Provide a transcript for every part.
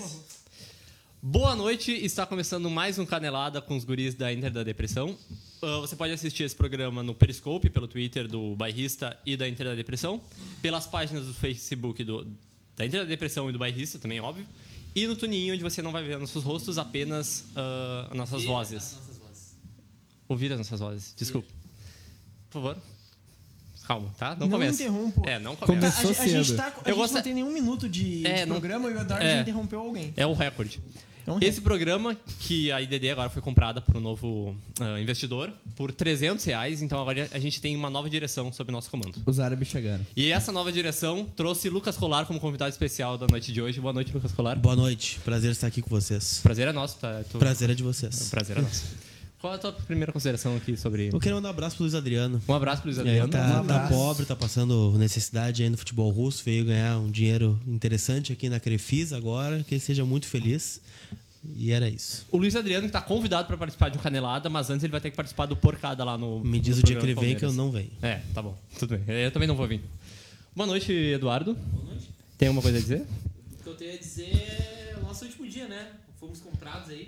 Boa noite, está começando mais um Canelada com os guris da Inter da Depressão. Você pode assistir esse programa no Periscope, pelo Twitter do Bairrista e da Inter da Depressão, pelas páginas do Facebook da Inter da Depressão e do Bairrista, também óbvio, e no TuneIn, onde você não vai ver nossos rostos, apenas nossas vozes. Ouvir as nossas vozes, desculpa. Por favor. Calma, tá? Não começa. Interrompo. Não começa. A gente não tem nenhum minuto de programa e o Eduardo já interrompeu alguém. É o recorde. Esse programa, que a IDD agora foi comprada por um novo investidor, por R$300, então agora a gente tem uma nova direção sob nosso comando. Os árabes chegaram. E essa nova direção trouxe Lucas Colar como convidado especial da noite de hoje. Boa noite, Lucas Colar. Boa noite, prazer estar aqui com vocês. Prazer é nosso. Tá? Prazer é de vocês. Prazer é nosso. Qual é a tua primeira consideração aqui sobre... Eu quero mandar um abraço pro Luiz Adriano. Um abraço pro Luiz Adriano. Tá pobre, tá passando necessidade aí no futebol russo, veio ganhar um dinheiro interessante aqui na Crefisa agora, que ele seja muito feliz. E era isso. O Luiz Adriano que tá convidado para participar de um Canelada, mas antes ele vai ter que participar do Porcada lá no... Me diz no o dia que ele vem que eu não venho. Tá bom. Tudo bem. Eu também não vou vir. Boa noite, Eduardo. Boa noite. Tem alguma coisa a dizer? O que eu tenho a dizer é o nosso último dia, né? Fomos comprados aí.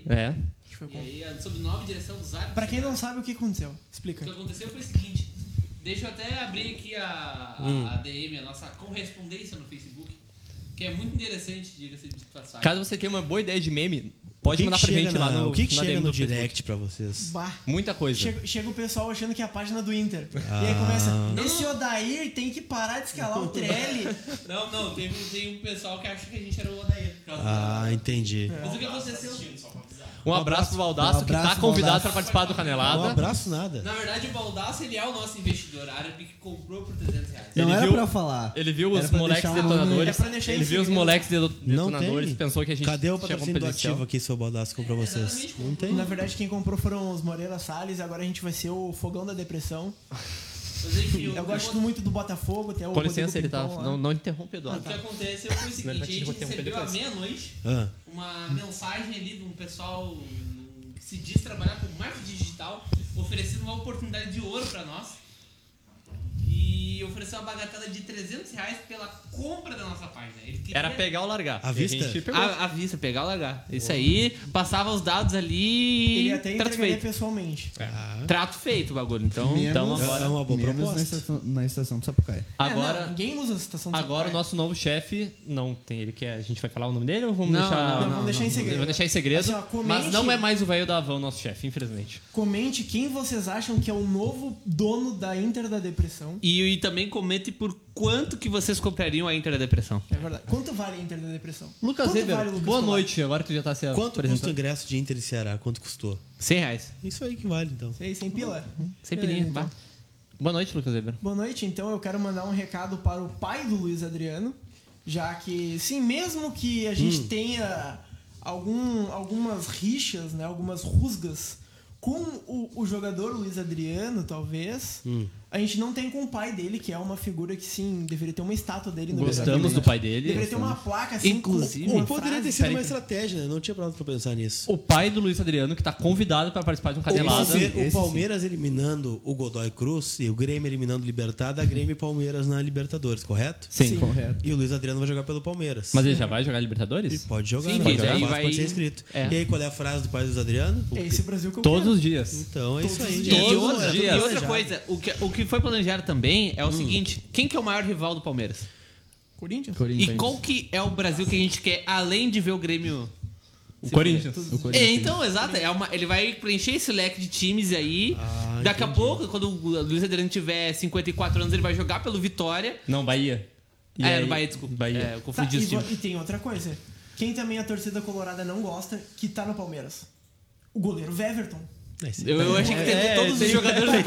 E aí, sob nova direção dos árbitros. Pra quem não sabe o que aconteceu, explica. O que aconteceu foi o seguinte. Deixa eu até abrir aqui a DM, a nossa correspondência no Facebook, que é muito interessante, diga-se de passagem. Caso você tenha uma boa ideia de meme, pode mandar pra gente lá no... O que chega no Facebook. direct pra vocês? Muita coisa. Chega o pessoal achando que é a página do Inter. E aí começa, esse Odair tem que parar de escalar o Trelli. Não, tem um pessoal que acha que a gente era o Odair. Entendi. Mas o que aconteceu... Um abraço pro Baldasso, que tá convidado para participar do Canelada. Um abraço nada. Na verdade, o Baldasso, ele é o nosso investidor árabe que comprou por R$300. Não era pra falar. Ele viu os moleques detonadores. Ele viu os moleques detonadores, tem. pensou que a gente... Cadê o patrocínio do ativo aqui, seu Baldasso, comprou vocês? Não tem. Na verdade, quem comprou foram os Moreira Salles, agora a gente vai ser o fogão da depressão. Mas, enfim, eu gosto muito do Botafogo, tem o Com licença, ele tá... Pimpão, Não interrompe, Eduardo. O que aconteceu foi o seguinte, a gente recebeu à meia-noite uma mensagem ali de um pessoal que se diz trabalhar com marketing digital, oferecendo uma oportunidade de ouro pra nós. E ofereceu uma bagatela de R$300 pela compra da nossa página. Era pegar ou largar. À vista? À vista, pegar ou largar. Isso aí, passava os dados ali. Ele até trato entregaria feito. pessoalmente. Trato feito o bagulho. Então agora é uma boa proposta. Na estação do Sapucaí. Agora, ninguém usa a estação do agora o Sapucaí. nosso novo chefe não tem. Ele quer. A gente vai falar o nome dele ou vamos deixar. Não, vamos deixar em segredo. Vamos deixar em segredo. Assim, comente, mas não é mais o velho da Avon, nosso chefe, infelizmente. Comente quem vocês acham que é o novo dono da Inter da Depressão. E também comente por quanto que vocês comprariam a Inter da Depressão. É verdade. Quanto vale a Inter da Depressão? Lucas Weber, boa noite. Agora que tu já tá se Quanto apresentando. custa o ingresso de Inter e Ceará? Quanto custou? R$100. Isso aí que vale, então. Sei, 100 pila. 100 pilinha. Então. Boa noite, Lucas Weber. Boa noite. Então eu quero mandar um recado para o pai do Luiz Adriano, já que, sim, mesmo que a gente tenha algumas rixas, né, algumas rusgas com o jogador Luiz Adriano, talvez, a gente não tem com o pai dele, que é uma figura que, sim, deveria ter uma estátua dele no Gostamos do pai dele. Deveria ter uma placa, assim, Inclusive, com uma Poderia frase. ter sido uma estratégia, né? Não tinha parado pra pensar nisso. O pai do Luiz Adriano, que tá convidado para participar de um Canelada. O Palmeiras eliminando o Godoy Cruz e o Grêmio eliminando o Libertad, a Grêmio e Palmeiras na Libertadores, correto? Sim. Correto. E o Luiz Adriano vai jogar pelo Palmeiras. Mas ele já vai jogar Libertadores? Ele pode jogar, Sim, né? mas Jogar aí fácil, vai- pode ser inscrito. É. E aí, qual é a frase do pai do Luiz Adriano? É esse Brasil que eu Todos quero. os dias. Então é isso aí. Todos os gente. dias. Todos os dias. E outra coisa, o que foi planejado também é o seguinte: quem que é o maior rival do Palmeiras? Corinthians? E qual que é o Brasil que a gente quer, além de ver o Grêmio? O Corinthians. Então, exato. Ele vai preencher esse leque de times aí. Daqui a pouco, quando o Luiz Adriano tiver 54 anos, ele vai jogar pelo Vitória. Não, Bahia. E No aí- Bahia, desculpa. Bahia. Eu confundi os times. E tem outra coisa. Quem também a torcida colorada não gosta, que tá no Palmeiras? O goleiro Weverton. Eu achei que teria todos os jogadores aí.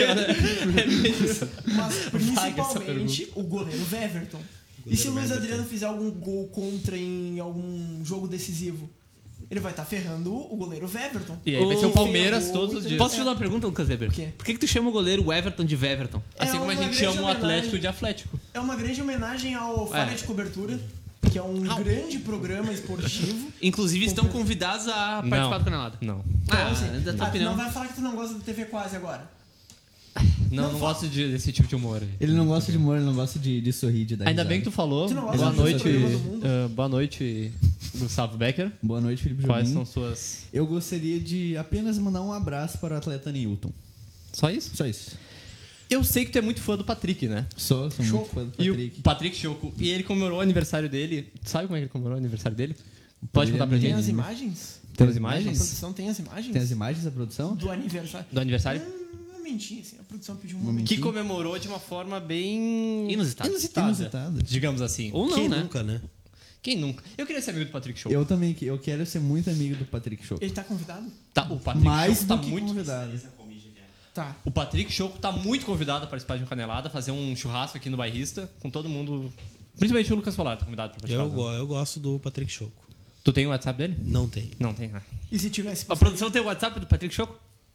Mas principalmente o goleiro Weverton. E se o Luiz Adriano fizer algum gol contra em algum jogo decisivo? Ele vai estar ferrando o goleiro Weverton. E aí vai ser o Palmeiras todos os dias. Posso te fazer uma pergunta, Lucas Weber? O quê? Por que tu chama o goleiro Everton de Weverton? Assim como a gente chama o Atlético de Atlético. É uma grande homenagem ao Falha de Cobertura, que é um grande programa esportivo. Inclusive, estão convidados a participar do Canelada. Não. Então, assim, da tua tu opinião. não vai falar que tu não gosta do TV Quase agora. Não gosto desse tipo de humor. Ele não gosta de humor, ele não gosta de sorrir, de dar Ainda risada. bem que tu falou. Tu não gosta Boa do noite. programa do mundo? Boa noite, Gustavo Becker. Boa noite, Felipe Quais Jobim. são suas... Eu gostaria de apenas mandar um abraço para o atleta Newton. Só isso? Só isso. Eu sei que tu é muito fã do Patrick, né? Sou muito fã do E Patrick. o Patrick Choco. E ele comemorou o aniversário dele. Sabe como é que ele comemorou o aniversário dele? Pode contar pra Tem gente? as imagens? Tem as A imagens? produção tem as imagens? Tem as imagens da produção? Do aniversário. Do aniversário? Um momentinho, assim. A produção pediu um Um momento. Que comemorou de uma forma bem... Inusitada. Inusitada. Digamos assim. Ou não, Quem né? nunca, né? Quem nunca? Eu queria ser amigo do Patrick Choco. Eu também, eu quero ser muito amigo do Patrick Show. Ele tá convidado? Tá, o Patrick Mais Choco do tá que muito... convidado. Tá. O Patrick Choco tá muito convidado a participar de um Canelada, fazer um churrasco aqui no Bairrista, com todo mundo. Principalmente o Lucas Solar tá convidado pra participar. Eu gosto do Patrick Choco. Tu tem o WhatsApp dele? Não tem. Não tem, né? E se tivesse... A produção tem o WhatsApp do Patrick Choco?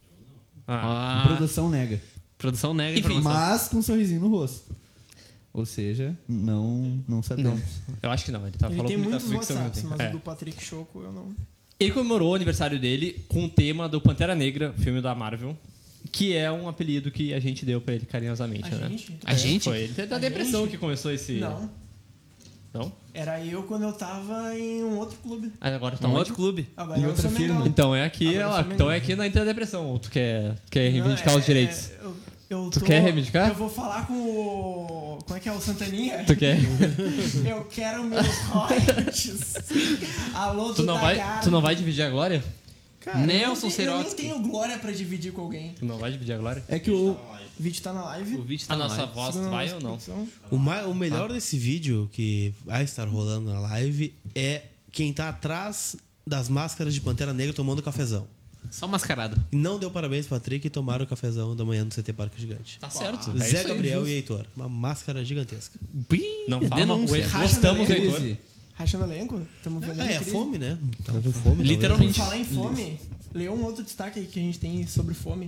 Ah, Produção nega. produção nega Enfim, informação. Mas com um sorrisinho no rosto. Ou seja, não sabemos. Eu acho que não, ele Ele falou tem muita muitos fricção. WhatsApps, mas É. o do Patrick Choco eu não... Ele comemorou o aniversário dele com o tema do Pantera Negra, filme da Marvel, que é um apelido que a gente deu pra ele carinhosamente, A né? gente? A gente? Foi ele da A depressão gente? que começou esse... Não. Não? Era eu quando eu tava em um outro clube. Ah, agora tá Um onde? outro clube. Agora Em eu outra sou firma. Mengão. Então é aqui, Agora eu sou então é Mengão. aqui na Interdepressão. Ou tu quer reivindicar Não, os direitos? Eu Tu quer reivindicar? Eu vou falar com o... Como é que é? O Santaninha? Tu quer? Eu quero meus royalties. Alô, Tu não vai dividir a glória? Cara, Nelson eu Serotsky. nem tenho glória pra dividir com alguém. Tu não vai dividir a glória? É que o. O vídeo tá na live. O vídeo tá A na nossa live. voz Segundo a vai nossa ou não? produção. O melhor desse vídeo que vai estar rolando na live é quem tá atrás das máscaras de Pantera Negra tomando cafezão. Só mascarado. E não deu parabéns pro Patrick e tomaram o cafezão da manhã no CT Parque Gigante. Tá certo. Zé isso aí. Gabriel e Heitor. Uma máscara gigantesca. Não fala mal. Denúncia. Gostamos do Racha Heitor. Crise. Rachando elenco? Tamo vendo É, crise. fome, né? Tá com fome. Literalmente. Por falar em fome, leu um outro destaque aí que a gente tem sobre fome.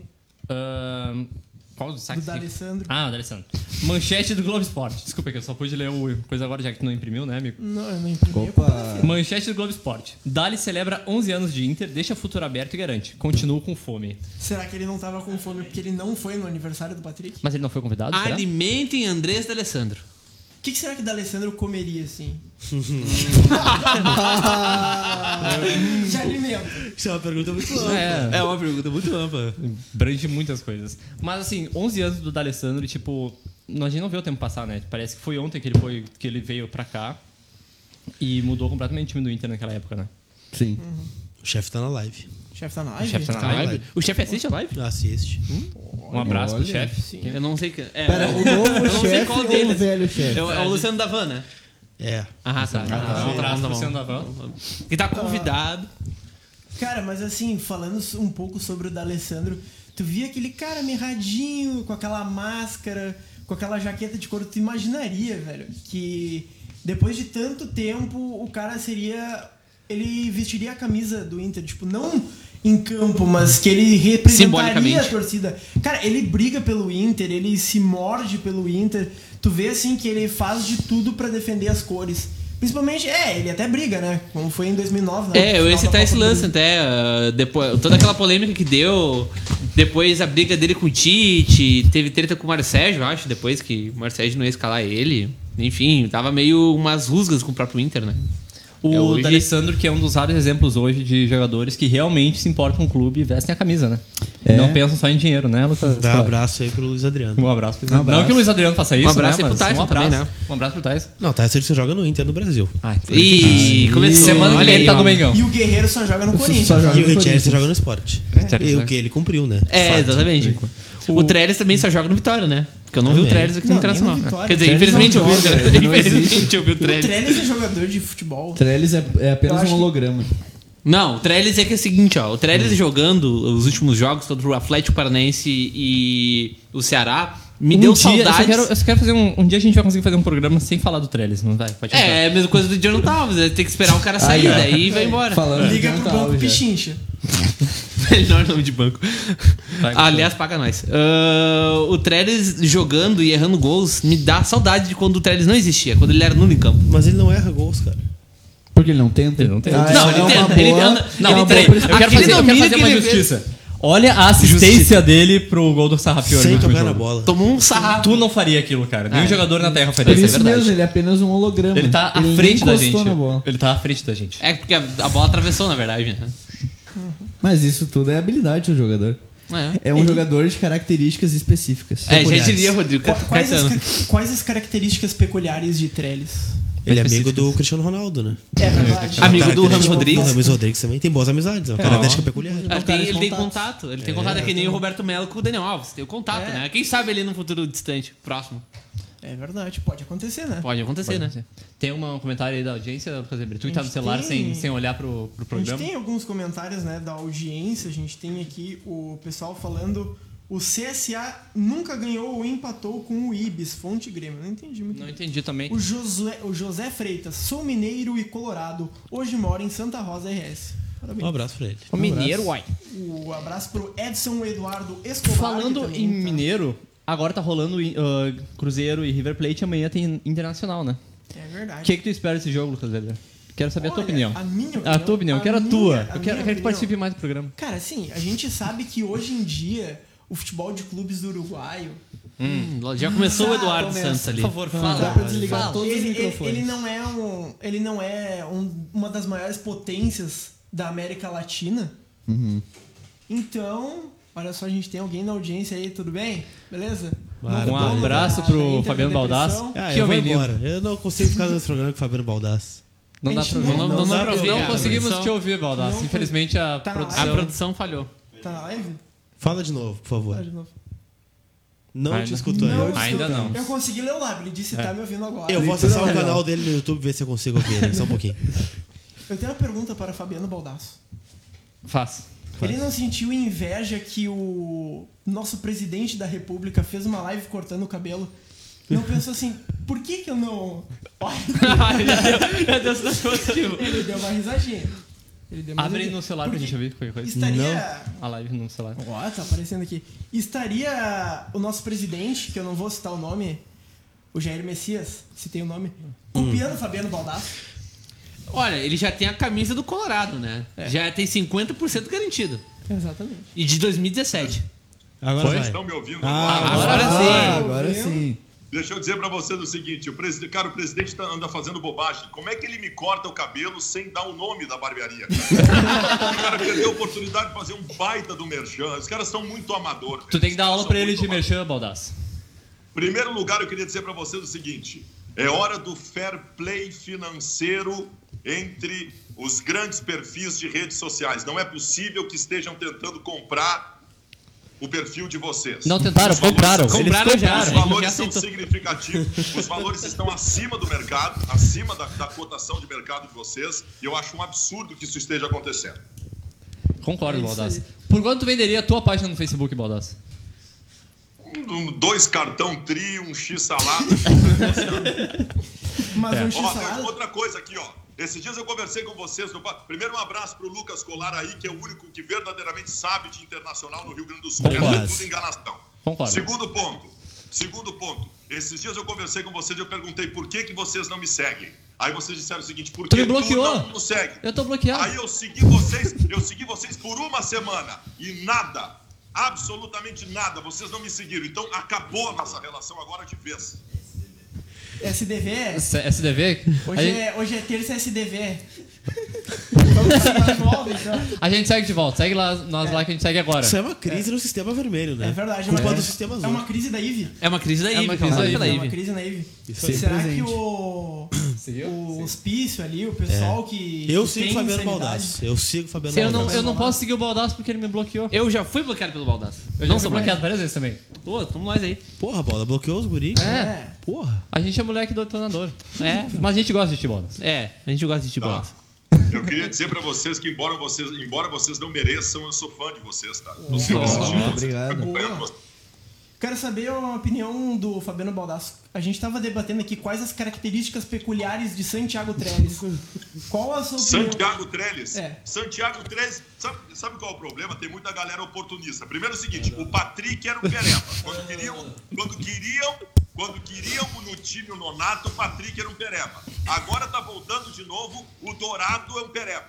Qual dos destaques? Do D'Alessandro. Ah, o D'Alessandro. Manchete do Globo Esporte. Desculpa que eu só pude ler o coisa agora, já que tu não imprimiu, né, amigo? Não, eu não imprimi. Opa! Manchete do Globo Esporte. Dali celebra 11 anos de Inter, deixa futuro aberto e garante. Continuo com fome. Será que ele não tava com fome porque ele não foi no aniversário do Patrick? Mas ele não foi convidado, será? Alimentem Andrés D'Alessandro. O que será que o D'Alessandro comeria assim? De alimento. Isso é uma pergunta muito ampla. É, uma pergunta muito ampla. abrange muitas coisas. Mas assim, 11 anos do D'Alessandro, e, tipo, a gente não vê o tempo passar, né? Parece que foi ontem que ele veio pra cá e mudou completamente o time do Inter naquela época, né? Sim. O chefe tá na live. O chefe tá na O live? chefe tá na Tá na live. live. O chefe assiste a live? Assiste. Um abraço pro chefe. Sim. Eu não sei que. Pera, o novo eu não sei chefe qual ou o deles. velho chefe? É o Luciano Davan, né? É. Ah, tá. Um abraço pro Luciano Davan. Que tá convidado. Cara, mas assim, falando um pouco sobre o D'Alessandro, tu via aquele cara mirradinho, com aquela máscara, com aquela jaqueta de couro, tu imaginaria, velho, que depois de tanto tempo o cara seria... Ele vestiria a camisa do Inter, tipo, não em campo, mas que ele representaria Simbolicamente. a torcida. Cara, ele briga pelo Inter, ele se morde pelo Inter. Tu vê, assim, que ele faz de tudo pra defender as cores. Principalmente, ele até briga, né? Como foi em 2009. né? Eu ia Final da citar esse Copa do lance Brasil. até. Depois, toda aquela polêmica que deu. Depois a briga dele com o Tite. Teve treta com o Marcelo, eu acho. Depois que o Marcelo não ia escalar ele. Enfim, tava meio umas rusgas com o próprio Inter, né? O hoje- D'Alessandro, que é um dos raros exemplos hoje de jogadores que realmente se importam com o clube e vestem a camisa, né? É. Não pensam só em dinheiro, né, Lucas? Dá um abraço aí pro Luiz Adriano. Um abraço pro Um abraço. Não que o Luiz Adriano faça isso, abraço né? aí pro Mas Tyson um abraço. também, né? Um abraço pro Tyson. Não, tá certo que você joga no Inter no Brasil. E começou. Semana que olha vem aí, ele tá ó. no Mengão. E o Guerreiro só joga no Corinthians. Só joga E no o Richard Corinthians. joga no esporte. E o que ele cumpriu, né? É, exatamente. O Trellis também só joga no Vitória, né? Porque eu não vi o Também. Trellis aqui no Não, nem no Internacional. Vitória. Quer dizer, Trellis infelizmente eu não vi. joga, não Infelizmente eu vi o O Trellis. Trellis é jogador de futebol. Trellis é Eu apenas acho um que- holograma. Não, o Trellis é que é o seguinte, ó. O Trellis jogando os últimos jogos contra o Atlético Paranaense e o Ceará me deu saudades. Eu só quero fazer um dia a gente vai conseguir fazer um programa sem falar do Trellis, não vai? Pode É, é a mesma coisa do Jonathan Alves, tem que esperar o cara sair, daí vai embora. Falando Liga de pro Jonathan banco Alves, já. Pichincha. Melhor nome de banco. Vai, Aliás, paga nós. O Trellis jogando e errando gols me dá saudade de quando o Trellis não existia, quando ele era nulo em campo. Mas ele não erra gols, cara. Porque ele não tenta? Ele não tenta. Não, ele tenta, ele anda- não, Não, ele peraí, treina. eu quero Aquele fazer domínio uma que ele justiça. Olha a assistência dele pro gol do Sarrafiori. Sem no último tocar na jogo. bola. Tomou um sarrafo. Tu não faria aquilo, cara. Nenhum jogador na Terra faria Por isso, é isso verdade. mesmo, ele é apenas um holograma. Ele tá à nem frente da encostou gente. na bola. Ele tá à frente da gente. É porque a bola atravessou, na verdade, né? Mas isso tudo é habilidade do jogador. É um jogador de características específicas. Já diria, Rodrigo. Quais as características peculiares de Trellis? Ele é amigo do Cristiano Ronaldo, né? É verdade. Amigo do Ramos O Rodrigues. Ramos Rodrigues também tem boas amizades. É uma característica peculiar. Ele tem contato. Ele tem contato, é que nem o Roberto Melo com o Daniel Alves. Tem o contato, né? Quem sabe ele num futuro distante, próximo. É verdade, pode acontecer, né? Pode acontecer, né? Tem um comentário aí da audiência, Lucas Weber? Tu que tá no celular sem olhar pro A gente programa. tem alguns comentários, né, da audiência. A gente tem aqui o pessoal falando: o CSA nunca ganhou ou empatou com o Ibis, Fonte Grêmio. Não entendi muito Não bem. entendi também. O José Freitas: sou mineiro e colorado. Hoje moro em Santa Rosa, RS. Parabéns. Um abraço pra ele. O mineiro, uai. O abraço pro Edson Eduardo Escobar. Falando que também em tá- mineiro, agora tá rolando Cruzeiro e River Plate, amanhã tem Internacional, né? É verdade. O que tu espera desse jogo, Lucas Weber? Quero saber a tua Olha, opinião. A minha opinião. A tua opinião, eu quero a tua. Eu quero que tu opinião. participe mais do programa. Cara, assim, a gente sabe que hoje em dia o futebol de clubes do Uruguaio, Já começou o Eduardo começa. Santos ali. Por favor, fala. Dá pra desligar todos os ele microfones. ele não é uma das maiores potências da América Latina. Então, olha só, a gente tem alguém na audiência aí, tudo bem? Beleza? Claro. Um abraço pro Fabiano Baldassi. Depressão. Eu vou homem lindo. embora. Eu não consigo ficar nesse programa com o Fabiano Baldassi. Não dá pra Não, não, dá pra ouvir, não a conseguimos produção. te ouvir, Baldassi. Não, Infelizmente a tá na A produção... produção falhou. Tá na live? Fala de novo, por favor. Fala de novo. Não Ainda. te escuto Não, ainda. Ainda não. Eu consegui ler o lábio, ele disse tá me ouvindo agora. Eu vou acessar o canal dele no YouTube ver se eu consigo ouvir ele. Só um pouquinho. Eu tenho uma pergunta para Fabiano Baldasso. Faz. Ele não sentiu inveja que o nosso presidente da república fez uma live cortando o cabelo? Não pensou assim, por que eu não... Olha, Meu Deus, tá positivo. ele deu uma risadinha. Ele deu uma Abre aí risadinha. no celular pra gente ouvir qualquer coisa. Estaria... A live no celular. Ó, tá aparecendo aqui. Estaria o nosso presidente, que eu não vou citar o nome, o Jair Messias, se tem o nome, copiando o Fabiano Baldasso? Olha, ele já tem a camisa do Colorado, né? Já tem 50% garantido. Exatamente. E de 2017. Agora vai. Estão me ouvindo? Agora sim. Agora sim. Deixa eu dizer pra vocês o seguinte, o presidente anda fazendo bobagem. Como é que ele me corta o cabelo sem dar o nome da barbearia? O cara perdeu a oportunidade de fazer um baita do merchan. Os caras são muito amadores. Tu tem que dar aula pra ele de merchan, Baldassi. Primeiro lugar, eu queria dizer pra vocês o seguinte. É hora do fair play financeiro entre os grandes perfis de redes sociais. Não é possível que estejam tentando comprar o perfil de vocês. Não tentaram, compraram. Eles compraram já. Os Já valores são aceitou. significativos. Os valores estão acima do mercado, acima da cotação de mercado de vocês. E eu acho um absurdo que isso esteja acontecendo. Concordo, É isso Baldassi. aí. Por quanto tu venderia a tua página no Facebook, Baldassi? 2 cartão tri, um X salada. Mas um Ó, x-salada... outra coisa aqui, ó. Esses dias eu conversei com vocês. Primeiro, um abraço pro Lucas Colar aí, que é o único que verdadeiramente sabe de internacional no Rio Grande do Sul. Concordo. É tudo enganação. Concordo. Segundo ponto. Esses dias eu conversei com vocês e eu perguntei por que vocês não me seguem. Aí vocês disseram o seguinte, por Tu que me bloqueou? não nos segue? Eu tô bloqueado. Aí eu segui vocês por uma semana e nada, absolutamente nada, vocês não me seguiram. Então acabou a nossa relação agora de vez. SDV? SDV? Hoje é terça SDV. Vamos seguir de volta, então. A gente segue de volta. Segue lá, nós lá que a gente segue agora. Isso é uma crise no sistema vermelho, né? É verdade. Culpa mas do sistema azul. É uma crise da IVE. É uma crise da IVE. uma crise da IVE. pela É uma IVE. crise na IVE. Sempre Será presente. que o hospício ali, o pessoal que Eu que sigo tem o Fabiano sanidade- Baldassi. Eu sigo o Fabiano Eu Baldassi. não posso seguir o Baldassi porque ele me bloqueou. Eu já fui bloqueado pelo Baldassi. Eu já fui bloqueado várias vezes também. Pô, tamo nós aí. Porra, Balda, bloqueou os guris? É. Porra. A gente é moleque do detonador. É, Mas a gente gosta de Baldassi. a gente gosta de Tá. bola. Eu queria dizer pra vocês que embora vocês não mereçam, eu sou fã de vocês, tá? Eu Obrigado. acompanhando vocês. Quero saber a opinião do Fabiano Baldasso. A gente estava debatendo aqui quais as características peculiares de Santiago Trellis. Qual a sua opinião? Santiago Trellis. É. Santiago Trellis, sabe qual é o problema? Tem muita galera oportunista. Primeiro é o seguinte, o Patrick era um pereba. Quando queriam no time o Nonato, o Patrick era um pereba. Agora tá voltando de novo, o Dourado é um pereba. O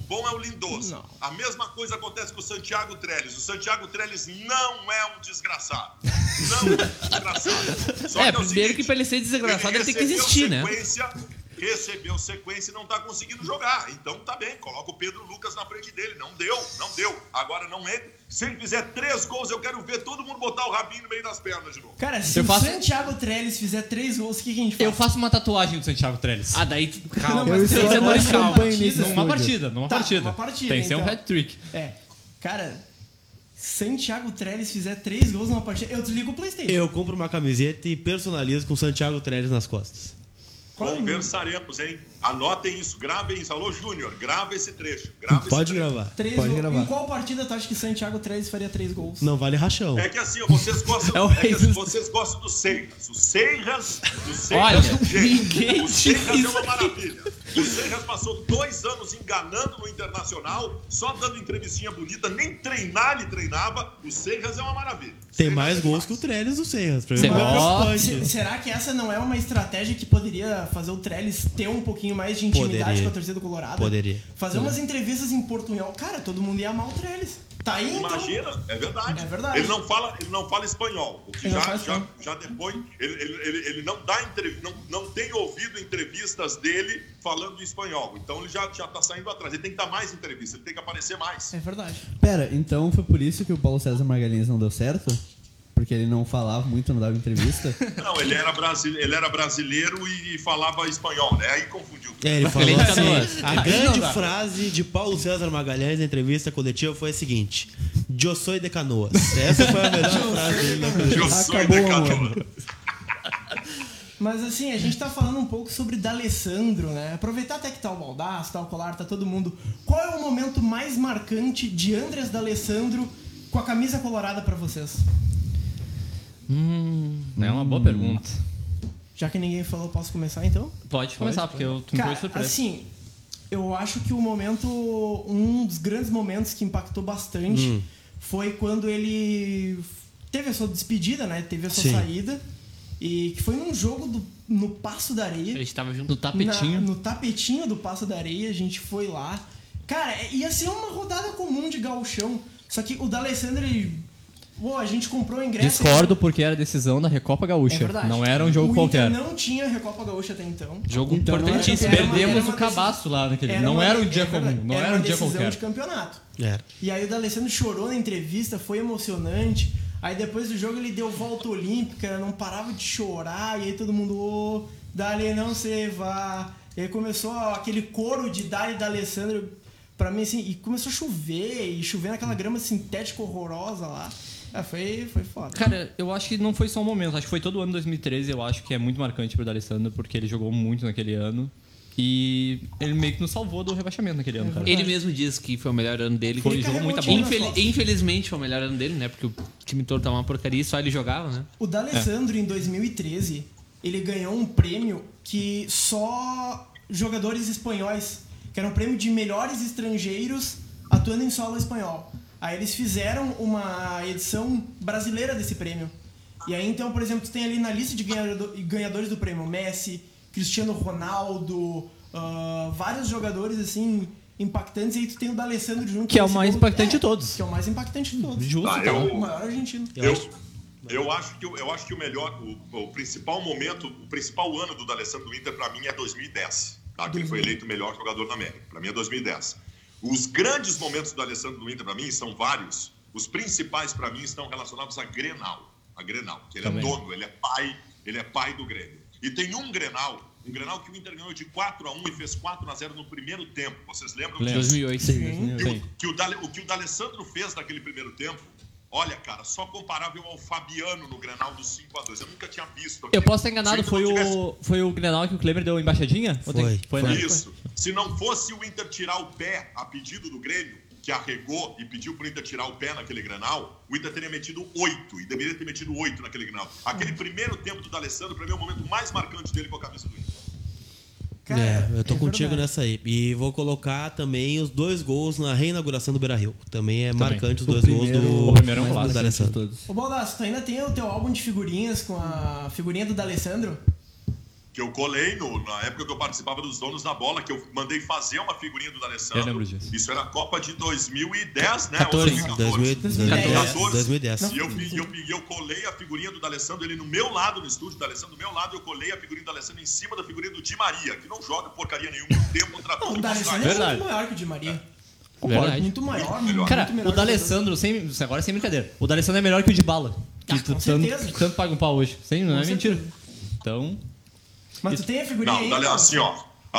bom é o Lindoso. Não. A mesma coisa acontece com o Santiago Trellis. O Santiago Trellis não é um desgraçado. Não é um desgraçado. Só que primeiro seguinte, que pra ele ser desgraçado, ele tem que existir, né? Recebeu sequência e não tá conseguindo jogar. Então tá bem, coloca o Pedro Lucas na frente dele. Não deu. Agora não entra. Se ele fizer 3 gols, eu quero ver todo mundo botar o rabinho no meio das pernas de novo. Cara, se o Santiago Trellis fizer 3 gols, o que a gente faz? Eu faço uma tatuagem do Santiago Trellis. Daí, calma. Não, mas Eu tem estou calma. Numa partida. Uma partida, Tem que ser um então. hat-trick. Cara, Santiago Trellis fizer 3 gols numa partida, eu desligo o PlayStation. Eu compro uma camiseta e personalizo com Santiago Trellis nas costas. Conversaremos, hein? Anotem isso, gravem isso. Alô, Júnior, grava esse trecho. Pode gravar. 3 Pode gols. gravar. Em qual partida tu acha que Santiago Trellis faria 3 gols? Não vale rachão. É que assim, vocês gostam, vocês gostam do Seiras. O Seiras, Olha, gente, ninguém o Seiras disse é uma maravilha. O Seiras passou 2 anos enganando no Internacional, só dando entrevistinha bonita, nem treinar ele treinava. O Seiras é uma maravilha. Tem mais gols que o Trellis do Serras. Será que essa não é uma estratégia que poderia fazer o Trellis ter um pouquinho mais de intimidade com a torcida colorada? Poderia. Fazer umas entrevistas em portunhol. Cara, todo mundo ia amar o Trellis. Tá aí, Imagina, então. é verdade. É verdade. Ele não fala espanhol. O que já depois. Ele não dá entrevista, não tem ouvido entrevistas dele falando espanhol. Então ele já tá saindo atrás. Ele tem que dar mais entrevistas, ele tem que aparecer mais. É verdade. Pera, então foi por isso que o Paulo César Magalhães não deu certo? Porque ele não falava muito, não dava entrevista? Não, ele era brasileiro e falava espanhol, né? Aí confundiu. Ele falou assim, a grande frase de Paulo César Magalhães na entrevista coletiva foi a seguinte: "Eu sou de Canoas". Essa foi a melhor frase dele na entrevista. Eu sou de Canoas. Mas assim, a gente tá falando um pouco sobre D'Alessandro, né? Aproveitar até que tá o Baldasso, tá o Colar, tá todo mundo. Qual é o momento mais marcante de Andrés D'Alessandro com a camisa colorada pra vocês? É uma boa pergunta. Já que ninguém falou, posso começar então? Pode começar, porque eu tô muito surpreso. Assim, eu acho que um dos grandes momentos que impactou bastante foi quando ele teve a sua despedida, né? Teve a sua saída. E que foi num jogo no Passo da Areia. A gente tava junto no tapetinho. No tapetinho do Passo da Areia, a gente foi lá. Cara, ia ser uma rodada comum de gauchão. Só que o D'Alessandro, a gente comprou o ingresso. Discordo porque era decisão da Recopa Gaúcha. É verdade. Não era um jogo qualquer. Não tinha Recopa Gaúcha até então. Jogo Então, importantíssimo. Perdemos o cabaço lá naquele. Não era um dia comum. Não era um dia qualquer. De campeonato. Era. E aí o D'Alessandro chorou na entrevista, foi emocionante. Aí depois do jogo ele deu volta olímpica, não parava de chorar. E aí todo mundo, Dali, não se vá. E aí começou aquele coro de Dali D'Alessandro pra mim, assim. E começou a chover, e chover naquela grama sintética horrorosa lá. Foi foda. Cara, eu acho que não foi só um momento. Acho que foi todo o ano de 2013. Eu acho que é muito marcante pro D'Alessandro, porque ele jogou muito naquele ano. E ele meio que nos salvou do rebaixamento naquele ano, cara. Ele mesmo disse que foi o melhor ano dele. Ele jogou muita bola. Infelizmente foi o melhor ano dele, né? Porque o time todo tava uma porcaria e só ele jogava, né? O D'Alessandro, em 2013, ele ganhou um prêmio que só jogadores espanhóis, que era um prêmio de melhores estrangeiros atuando em solo espanhol. Aí eles fizeram uma edição brasileira desse prêmio. E aí, então, por exemplo, tu tem ali na lista de ganhadores do prêmio Messi, Cristiano Ronaldo, vários jogadores, assim, impactantes. E aí tu tem o D'Alessandro junto. Que é o mais impactante de todos. Que é o mais impactante de todos. Justo, o maior argentino. Eu acho que o melhor, o principal momento, o principal ano do D'Alessandro do Inter, pra mim, é 2010. Tá? Que ele foi eleito o melhor jogador da América. Pra mim é 2010. Os grandes momentos do D'Alessandro do Inter, pra mim, são vários. Os principais, pra mim, estão relacionados a Grenal. Que ele é dono, ele é pai do Grêmio. E tem um Grenal que o Inter ganhou de 4-1 e fez 4-0 no primeiro tempo. Vocês lembram disso? 2008. Sim. O que o D'Alessandro fez naquele primeiro tempo, olha, cara, só comparável ao Fabiano no Grenal dos 5-2. Eu nunca tinha visto. Eu posso estar enganado, foi o Grenal que o Kleber deu embaixadinha? Foi, né? Isso. Se não fosse o Inter tirar o pé a pedido do Grêmio, que arregou e pediu pro Inter tirar o pé naquele Grenal, o Inter teria metido 8 e deveria ter metido 8 naquele Grenal. Aquele primeiro tempo do D'Alessandro, pra mim, é o momento mais marcante dele com a camisa do Inter. Cara, eu tô contigo nessa aí. E vou colocar também os 2 gols na reinauguração do Beira-Rio. Também é marcante os 2 gols do D'Alessandro. Ô, Baldasso, tu ainda tem o teu álbum de figurinhas com a figurinha do D'Alessandro? que eu colei na época que eu participava dos Donos da Bola, que eu mandei fazer uma figurinha do D'Alessandro. Eu lembro disso. Isso era a Copa de 2010, né? 2010. E eu colei a figurinha do D'Alessandro, ele no meu lado, no estúdio do D'Alessandro, do meu lado, eu colei a figurinha do D'Alessandro em cima da figurinha do Di Maria, que não joga porcaria nenhuma no tempo. O D'Alessandro é muito maior que o Di Maria. Verdade. Muito maior. Cara, muito o D'Alessandro, agora sem brincadeira, o D'Alessandro é melhor que o Dybala. Que com certeza. Tanto paga um pau hoje. Não é mentira. certeza. Então... Mas tu tem a figurinha aí? Não, assim, ó.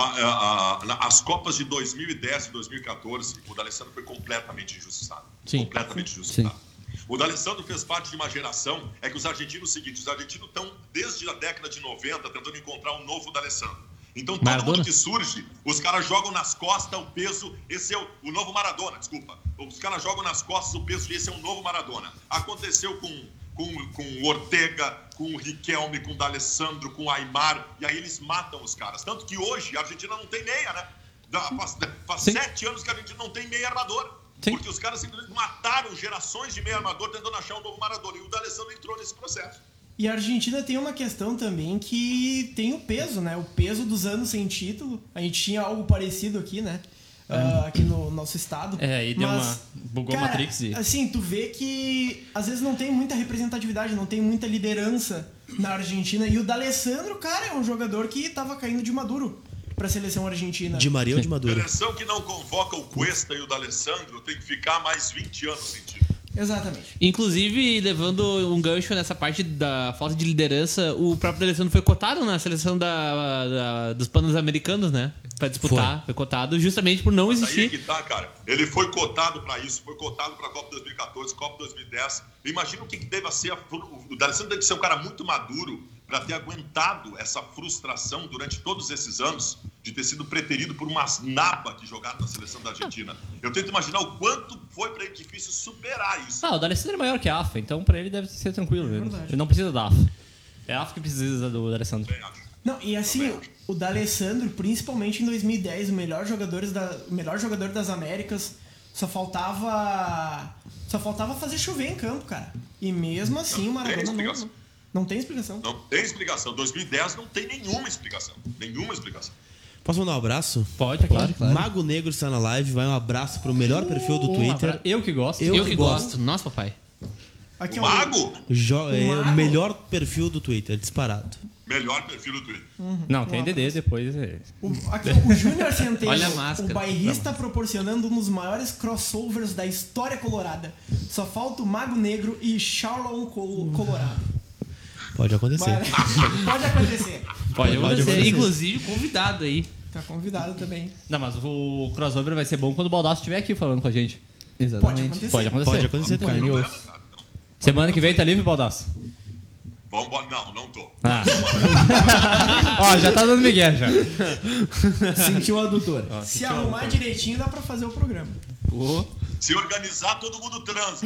As Copas de 2010 e 2014, o D'Alessandro foi completamente injustiçado. Sim. Completamente injustiçado. O D'Alessandro fez parte de uma geração, que os argentinos estão desde a década de 90 tentando encontrar um novo D'Alessandro. Então todo mundo que surge, os caras jogam nas costas o peso, esse é o novo Maradona, desculpa. Os caras jogam nas costas o peso, esse é o novo Maradona. Aconteceu com o Ortega, com o Riquelme, com o D'Alessandro, com o Aimar, e aí eles matam os caras. Tanto que hoje a Argentina não tem meia, né? Faz 7 anos que a Argentina não tem meia armador. Sim. Porque os caras simplesmente mataram gerações de meia armador tentando achar um novo Maradona. E o D'Alessandro entrou nesse processo. E a Argentina tem uma questão também que tem o peso, né? O peso dos anos sem título. A gente tinha algo parecido aqui, né? Aqui no nosso estado. E deu bugou a Matrix. Assim, tu vê que às vezes não tem muita representatividade, não tem muita liderança na Argentina. E o D'Alessandro, cara, é um jogador que tava caindo de maduro pra seleção argentina. De Maria ou de Maduro? A seleção que não convoca o Cuesta e o D'Alessandro tem que ficar mais 20 anos sem título. Exatamente. Inclusive, levando um gancho nessa parte da falta de liderança, o próprio D'Alessandro foi cotado na seleção dos Pan-Americanos, né? Pra disputar. Foi cotado justamente por não existir. Aí que tá, cara. Ele foi cotado pra isso. Foi cotado pra Copa 2014, Copa 2010. Imagina o que deve ser. O D'Alessandro deve ser um cara muito maduro para ter aguentado essa frustração durante todos esses anos de ter sido preterido por umas naba que jogaram na seleção da Argentina. Eu tento imaginar o quanto foi para ele difícil superar isso. O D'Alessandro é maior que a AFA, então para ele deve ser tranquilo. Ele não precisa da AFA. É a AFA que precisa do D'Alessandro. Não, e assim, o D'Alessandro, principalmente em 2010, o melhor jogador das Américas, só faltava fazer chover em campo, cara. E mesmo assim o Maradona não tem explicação. Não tem explicação. 2010 não tem nenhuma explicação. Posso mandar um abraço? Pode, é claro. Mago Negro está na live. Vai um abraço pro melhor perfil do Twitter. Eu que gosto. Eu que gosto. Nossa, papai. Aqui, o Mago? O melhor perfil do Twitter, disparado. Melhor perfil do Twitter. Não, tem DD depois. Aqui, o Júnior Centeno, olha a máscara. O bairrista proporcionando um dos maiores crossovers da história colorada. Só falta o Mago Negro e Charlon Colorado. Pode acontecer. Pode acontecer. Inclusive, convidado aí. Tá convidado também. Não, mas o crossover vai ser bom quando o Baldasso estiver aqui falando com a gente. Exatamente. Pode acontecer também. Semana que vem tá livre, Baldasso? Não tô. Ó, já tá dando migué já. Sentiu o adutor. Se arrumar direitinho, dá pra fazer o programa. Se organizar, todo mundo transa.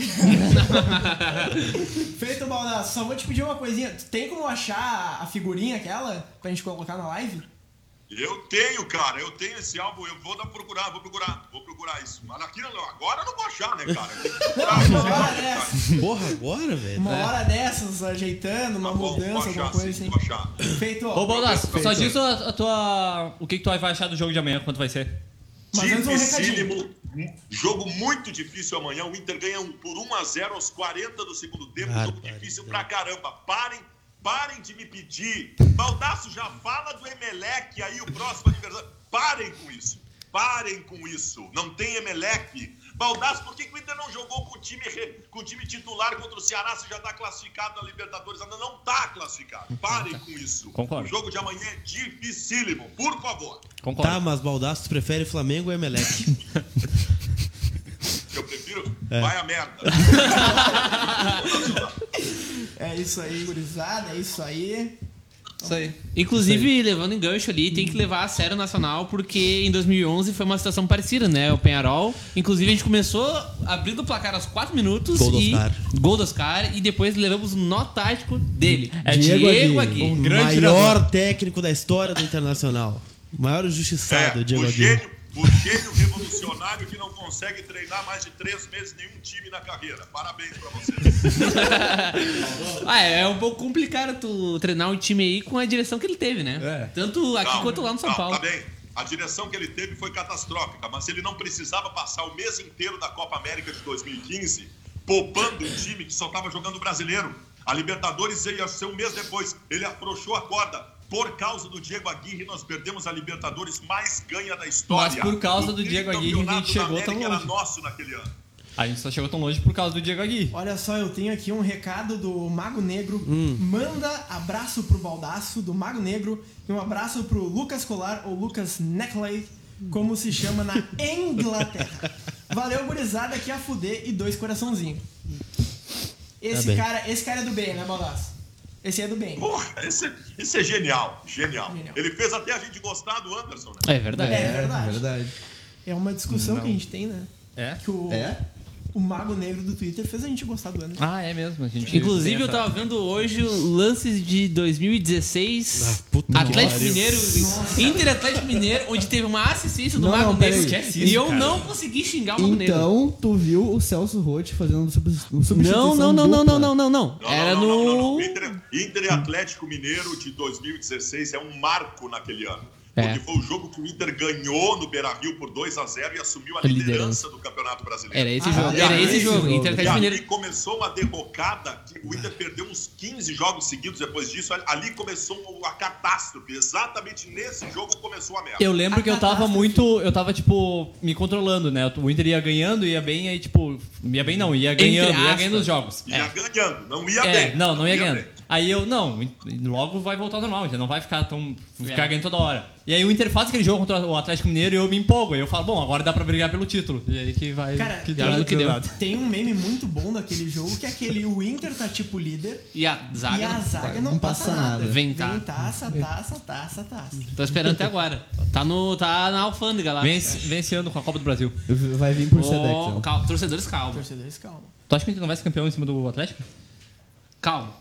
Feito, Baldasso. Só vou te pedir uma coisinha. Tem como achar a figurinha aquela pra gente colocar na live? Eu tenho, cara. Eu tenho esse álbum. Eu vou procurar isso. Mas aqui agora eu não vou achar, né, cara? Uma hora dessas. Porra, agora, velho. Uma hora dessas, ajeitando, uma mudança, alguma coisa assim. Vou achar. Feito, ó. Ô, Baldasso, só diz o que tu vai achar do jogo de amanhã, quanto vai ser? Mas antes um recadinho. Dificílimo. Jogo muito difícil amanhã. O Inter ganha por 1-0 aos 40 do segundo tempo. Jogo difícil pra caramba. Parem de me pedir. Baldasso, já fala do Emelec aí, o próximo aniversário. Parem com isso. Não tem Emelec. Baldasso, por que o Inter não jogou com o time titular contra o Ceará se já está classificado na Libertadores? Ainda não está classificado. Parem com isso. Concordo. O jogo de amanhã é dificílimo. Por favor. Concordo. Tá, mas Baldasso, tu prefere Flamengo ou Emelec? Eu prefiro... Vai a merda. É isso aí, gurizada. É isso aí. Isso aí. Inclusive, levando em gancho ali, tem que levar a sério o Nacional, porque em 2011 foi uma situação parecida, né? O Peñarol. Inclusive, a gente começou abrindo o placar aos 4 minutos. Gol do Oscar. E depois levamos o nó tático dele. Diego Aguirre. O maior técnico da história do Internacional. O maior injustiçado, Diego Aguirre. O gênio revolucionário que não consegue treinar mais de 3 meses nenhum time na carreira. Parabéns pra vocês. É um pouco complicado tu treinar um time aí com a direção que ele teve, né? Tanto aqui quanto lá no São Paulo. Tá bem. A direção que ele teve foi catastrófica, mas ele não precisava passar o mês inteiro da Copa América de 2015 poupando um time que só estava jogando brasileiro. A Libertadores ia ser um mês depois. Ele afrouxou a corda. Por causa do Diego Aguirre, nós perdemos a Libertadores mais ganha da história. Mas por causa do Diego Aguirre, a gente chegou tão longe. Era nosso naquele ano. A gente só chegou tão longe por causa do Diego Aguirre. Olha só, eu tenho aqui um recado do Mago Negro. Manda abraço pro Baldaço, do Mago Negro. E um abraço pro Lucas Colar, ou Lucas Neckley, como se chama na Inglaterra. Valeu, gurizada, aqui a fuder e 2 coraçãozinhos. Esse cara é do bem, né, Baldaço? Esse é do bem. Porra, esse é genial. Ele fez até a gente gostar do Anderson, né? É verdade. É verdade. É uma discussão que a gente tem, né? Que o Mago Negro do Twitter fez a gente gostar do Anderson. É mesmo. Inclusive, eu tava vendo hoje lances de 2016. Atlético Mineiro, Inter Atlético Mineiro, onde teve uma assistência do Mago Negro. E eu não consegui xingar o Mago Negro. Então, tu viu o Celso Roth fazendo substituição Não. Era no... Inter e Atlético Mineiro de 2016 é um marco naquele ano. Porque foi o jogo que o Inter ganhou no Beira-Rio por 2-0 e assumiu a liderança do Campeonato Brasileiro. Era esse jogo. Inter e ali começou uma derrocada, que o Inter perdeu uns 15 jogos seguidos depois disso. Ali começou a catástrofe. Exatamente nesse jogo começou a merda. Eu lembro que eu tava me controlando, né? O Inter ia ganhando, ia bem, aí ia bem não, ia ganhando os jogos. Ia ganhando, não ia bem. Não ia ganhando. Bem. Aí logo vai voltar ao normal, já não vai ficar ganhando toda hora. E aí o Inter faz aquele jogo contra o Atlético Mineiro e eu me empolgo. Aí eu falo, bom, agora dá pra brigar pelo título. E aí que vai... Cara, tem um meme muito bom daquele jogo, que é aquele, o Inter tá tipo líder e a zaga não passa nada. Vem taça. Tô esperando até agora. Tá na alfândega lá. Vem esse ano com a Copa do Brasil. Vai vir por Sedex. Torcedores, calma. Tu acha que o Inter não vai ser campeão em cima do Atlético? Calma.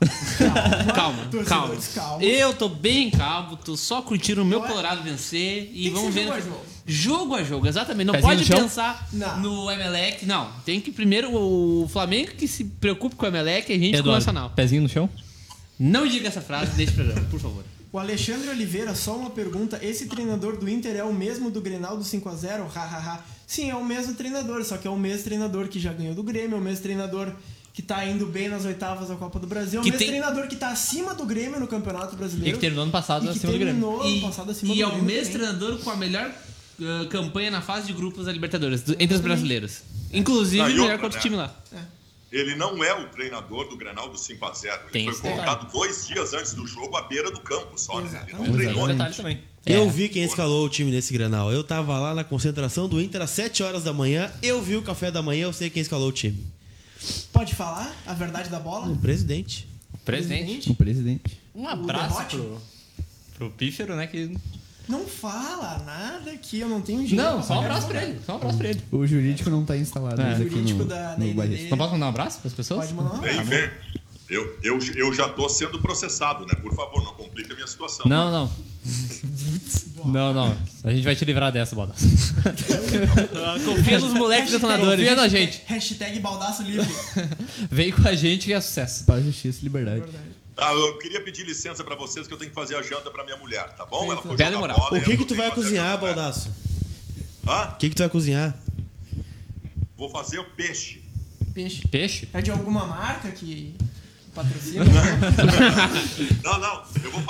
Eu tô bem calmo, tô só curtindo o meu Colorado vencer e vamos ver. Jogo a jogo, exatamente. Não pode pensar no Emelec. Não, tem que primeiro o Flamengo que se preocupe com o Emelec e a gente com o Nacional. Pezinho no chão? Não diga essa frase desse programa, por favor. O Alexandre Oliveira, só uma pergunta. Esse treinador do Inter é o mesmo do Grenal do 5-0? Sim, é o mesmo treinador, só que é o mesmo treinador que já ganhou do Grêmio, é o mesmo treinador que tá indo bem nas oitavas da Copa do Brasil. É o mesmo treinador que tá acima do Grêmio no Campeonato Brasileiro. E que terminou ano passado acima do Grêmio. E é o mesmo treinador com a melhor campanha na fase de grupos da Libertadores, entre os brasileiros. Inclusive, melhor que outro time lá. Ele não é o treinador do Grenal do 5-0. Ele foi colocado 2 dias antes do jogo à beira do campo só. Né? Ele não treinou. Também. Eu vi quem escalou o time nesse Grenal. Eu tava lá na concentração do Inter às 7 horas da manhã. Eu vi o café da manhã, eu sei quem escalou o time. Pode falar a verdade da bola? O presidente. O presidente. Um abraço pro Pífero, né? Que... Não fala nada que eu não tenho dinheiro. Não, só um abraço pra ele. O jurídico não tá instalado. O jurídico da Não posso mandar um abraço pras pessoas? Pode mandar um abraço. Eu já tô sendo processado, né? Por favor, não complica a minha situação. Não. Não. A gente vai te livrar dessa, Baldaço. Confia nos moleques detonadores. Confia na gente. Hashtag Baldaço Livre. Vem com a gente que é sucesso. Paz, justiça e liberdade. Eu queria pedir licença pra vocês que eu tenho que fazer a janta pra minha mulher, tá bom? Ela foi jogar bola. O que tu vai cozinhar, Baldaço? O que tu vai cozinhar? Vou fazer o peixe. Peixe? É de alguma marca que patrocina? Não.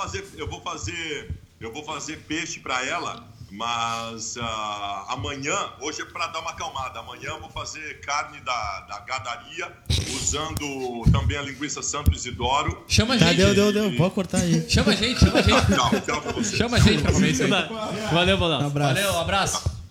Eu vou fazer peixe pra ela, mas amanhã, hoje é pra dar uma acalmada. Amanhã eu vou fazer carne da gadaria, usando também a linguiça Santo Isidoro. Chama a gente. Deu. Pode cortar aí. Chama a gente. Tchau pra vocês. Chama a gente pra comer isso aí. Valeu, Baldaço. Valeu, abraço.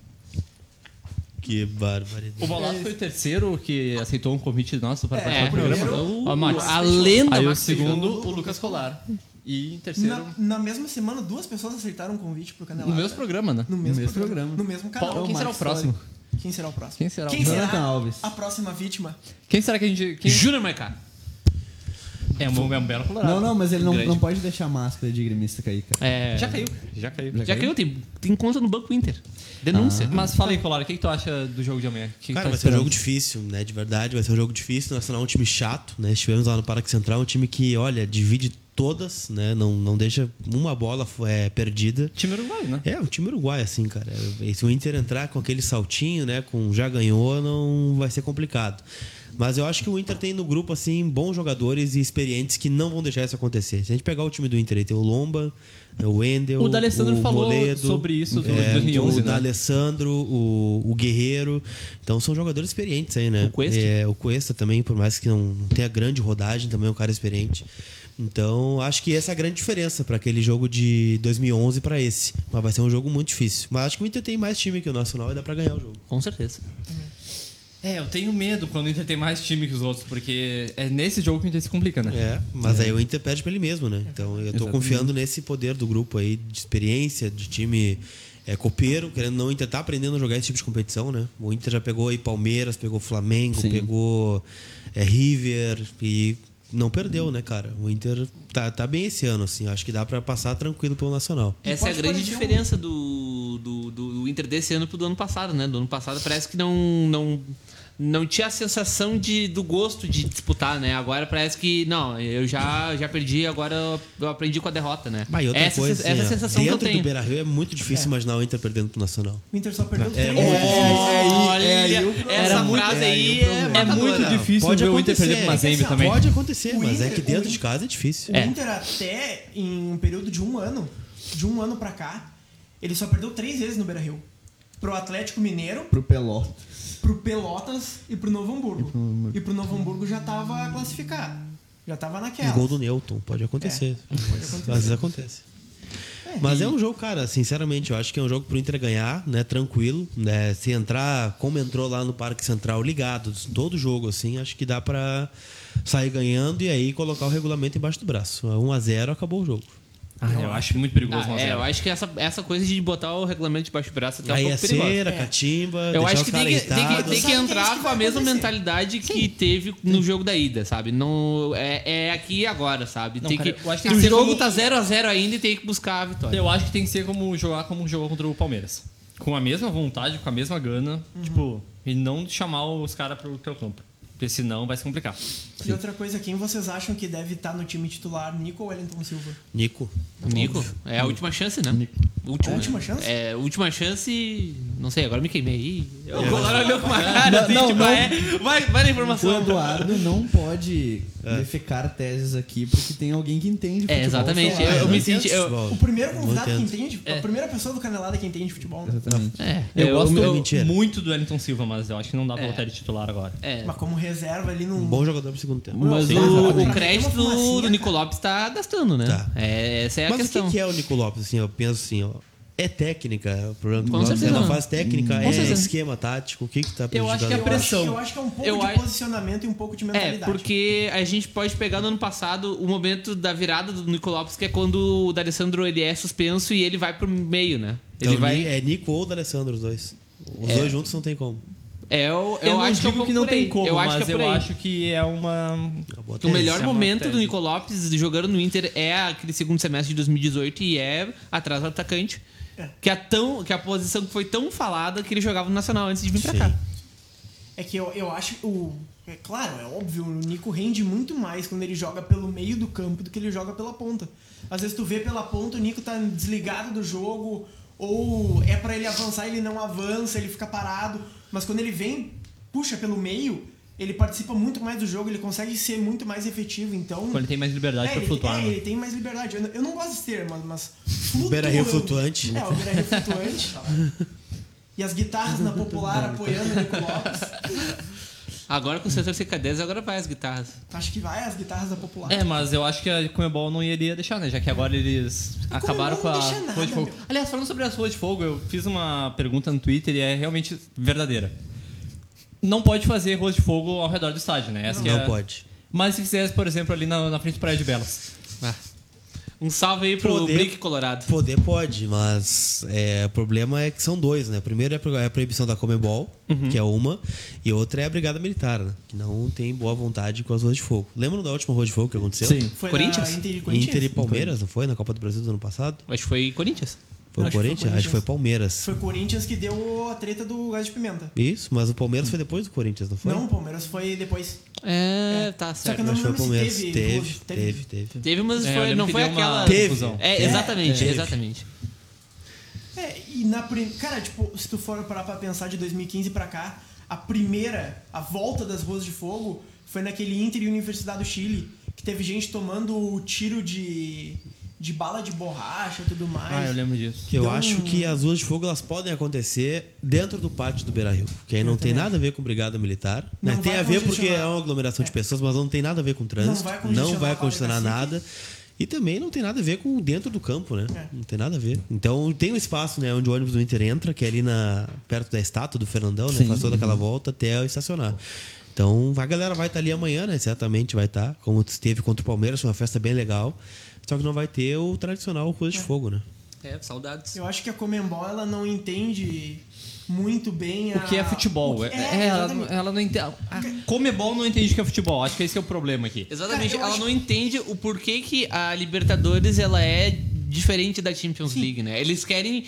Que barbaridade. O Baldaço foi o terceiro que aceitou um convite nosso para participar do programa. A lenda. Aí o segundo, o Lucas Colar. E em terceiro... Na mesma semana, 2 pessoas aceitaram um convite pro Canelada. No mesmo programa, né? No mesmo programa. No mesmo canal. Quem será o próximo? Quem será Jonathan Alves. A próxima vítima? Quem será que a gente... Júnior Maicá. É um belo colorado. Não, mas ele não pode deixar a máscara de gremista cair, cara. Já caiu. Já caiu, tem conta no Banco Inter. Denúncia. Mas fala aí, Colara, o que tu acha do jogo de amanhã? Cara, vai ser um jogo difícil, né? De verdade, vai ser um jogo difícil. O Nacional é um time chato, né? Estivemos lá no Parque Central, um time que, olha, divide todas, né? Não deixa uma bola perdida. Time uruguaio, né? É, um time uruguaio, assim, cara. E se o Inter entrar com aquele saltinho, né? Com já ganhou, não vai ser complicado. Mas eu acho que o Inter tem no grupo, assim, bons jogadores e experientes que não vão deixar isso acontecer. Se a gente pegar o time do Inter aí, tem o Lomba, o Wendel, o D'Alessandro falou Moledo, sobre isso no 2011, o D'Alessandro, o Guerreiro. Então são jogadores experientes aí, né? O Cuesta também, por mais que não tenha grande rodagem, também é um cara experiente. Então, acho que essa é a grande diferença para aquele jogo de 2011 para esse. Mas vai ser um jogo muito difícil. Mas acho que o Inter tem mais time que o Nacional e dá para ganhar o jogo. Com certeza. Eu tenho medo quando o Inter tem mais time que os outros, porque é nesse jogo que o Inter se complica, né? Mas aí o Inter perde pra ele mesmo, né? Então eu tô confiando nesse poder do grupo aí, de experiência, de time copeiro, querendo não, o Inter tá aprendendo a jogar esse tipo de competição, né? O Inter já pegou aí Palmeiras, pegou Flamengo, pegou River e não perdeu, né, cara? O Inter tá bem esse ano, assim. Acho que dá pra passar tranquilo pelo Nacional. Essa é a grande diferença do Inter desse ano pro do ano passado, né? Do ano passado parece que não tinha a sensação do gosto de disputar, né? Agora parece que, não, eu já perdi, agora eu aprendi com a derrota, né? Mas outra coisa, essa sensação que eu tenho. Dentro do Beira-Rio é muito difícil imaginar o Inter perdendo pro Nacional. O Inter só perdeu 3 essa frase aí é muito difícil ver o Inter perder pro Mazembe também. Pode acontecer, mas é que dentro de casa é difícil. O Inter até em um período de um ano pra cá, ele só perdeu 3 vezes no Beira-Rio. Pro Atlético Mineiro, Pro Pelotas e pro Novo Hamburgo. E pro Novo Hamburgo já tava classificado. Já tava naquela. Gol do Newton, pode acontecer. Às vezes acontece. Mas é um jogo, cara, sinceramente, eu acho que é um jogo pro Inter ganhar, né, tranquilo, né, se entrar como entrou lá no Parque Central, ligado, todo jogo, assim, acho que dá pra sair ganhando e aí colocar o regulamento embaixo do braço. 1-0, acabou o jogo. Eu acho muito perigoso. Eu acho que essa coisa de botar o regulamento debaixo do braço até um pouco perigoso. Cera, catimba, eu acho que tem que entrar com a mesma mentalidade que teve no jogo da ida, sabe? Não, é aqui e agora, sabe? Não, tem cara, que o jogo tá 0-0 ainda e tem que buscar a vitória. Eu acho que tem que ser como jogou contra o Palmeiras. Com a mesma vontade, com a mesma gana, tipo, e não chamar os caras pro teu campo. Porque senão vai se complicar. E outra coisa, quem vocês acham que deve estar no time titular, Nico ou Wellington Silva? Nico. É a última chance, né? Última chance? É, última chance. Não sei, agora me queimei aí. O Colar olhou com uma cara assim, vai na informação. O Eduardo não pode defecar teses aqui, porque tem alguém que entende futebol. Exatamente. Eu me senti. O primeiro convidado que entende, a primeira pessoa do Canelada que entende futebol. Né? Exatamente. Eu gosto muito do Wellington Silva, mas eu acho que não dá pra botar ele titular agora. Mas como reserva ali num... Bom jogador pro segundo tempo. Mas o crédito do Nico Lopes tá gastando, né? Tá. Essa é a questão. Mas o que é o Nico Lopes? Assim, eu penso assim, ó. É técnica, o problema do Com Lopes é certeza. na fase técnica, Com é certeza. esquema tático, o que tá prejudicando? Eu acho que é pressão. Eu acho que é um pouco de posicionamento e um pouco de mentalidade. Porque a gente pode pegar no ano passado o momento da virada do Nico Lopes, que é quando o D'Alessandro ele é suspenso e ele vai pro meio, né? Então, Ele vai... É Nico ou D'Alessandro, os dois. Os dois juntos não tem como. Eu não acho digo que não tem como, mas mas eu acho que é uma... O melhor é uma momento tese. do Nico Lopes jogando no Inter é aquele segundo semestre de 2018 e é atrás do atacante. Que a posição que foi tão falada que ele jogava no Nacional antes de vir pra cá. É que eu acho que claro, é óbvio, o Nico rende muito mais quando ele joga pelo meio do campo do que ele joga pela ponta. Às vezes tu vê pela ponta, o Nico tá desligado do jogo, ou é pra ele avançar, ele não avança, ele fica parado. Mas quando ele vem, puxa pelo meio, ele participa muito mais do jogo, ele consegue ser muito mais efetivo, então... Quando ele tem mais liberdade pra flutuar, né? Ele tem mais liberdade. Eu não gosto desse termo, mas flutuando. Beira-Rio flutuante. O Beira-Rio flutuante. E as guitarras na Popular apoiando o Nico Lopes. Agora com o setor CK10, agora vai as guitarras. Acho que vai as guitarras da Popular. Mas eu acho que a Conmebol não iria deixar, né? Já que agora eles acabaram com a Rua de Fogo. Aliás, falando sobre as Ruas de Fogo, eu fiz uma pergunta no Twitter e é realmente verdadeira. Não pode fazer Ruas de Fogo ao redor do estádio, né? Não pode. Mas se fizesse, por exemplo, ali na frente do Praia de Belas. Um salve aí pro Brick Colorado. Poder pode, mas o problema é que são dois, né? Primeiro é a proibição da Comebol, que é uma, e outra é a Brigada Militar, né? Que não tem boa vontade com as ruas de fogo. Lembram da última rua de fogo que aconteceu? Sim. Foi Corinthians? Inter e Palmeiras, não foi? Na Copa do Brasil do ano passado? Acho que foi Corinthians. Foi o Acho que foi Corinthians? Acho que foi Palmeiras. Foi Corinthians que deu a treta do gás de pimenta. Isso, mas o Palmeiras foi depois do Corinthians, não foi? Não, o Palmeiras foi depois. Tá Só que certo. eu não Acho que foi o lembro Palmeiras. se Teve. Teve, mas eu foi, lembro não que foi deu uma aquela... Teve. confusão. Exatamente, Teve. exatamente. E cara, tipo, se tu for parar pra pensar de 2015 pra cá, a volta das ruas de fogo foi naquele Inter e Universidade do Chile, que teve gente tomando tiro de bala de borracha e tudo mais. Eu lembro disso. Que eu Então- acho que as ruas de fogo elas podem acontecer dentro do pátio do Beira-Rio. Que aí não tem nada a ver com Brigada Militar. Não Né? Tem vai a ver porque congestionar. é uma aglomeração de pessoas, mas não tem nada a ver com trânsito. Não vai congestionar a nada. E também não tem nada a ver com dentro do campo, né? Não tem nada a ver. Então tem um espaço, né, onde o ônibus do Inter entra, que é ali perto da estátua do Fernandão, né? Faz toda aquela volta até estacionar. Então a galera vai estar ali amanhã, né? Certamente vai estar. Como esteve contra o Palmeiras, foi uma festa bem legal. Só que não vai ter o tradicional Coisa de Fogo, né? Saudades. Eu acho que a Comembol, ela não entende muito bem O que é futebol? Ela não entende. A Comebol não entende o que é futebol. Acho que esse é o problema aqui. Exatamente. Cara, eu ela acho- não entende o porquê que a Libertadores ela é diferente da Champions League, né? Eles querem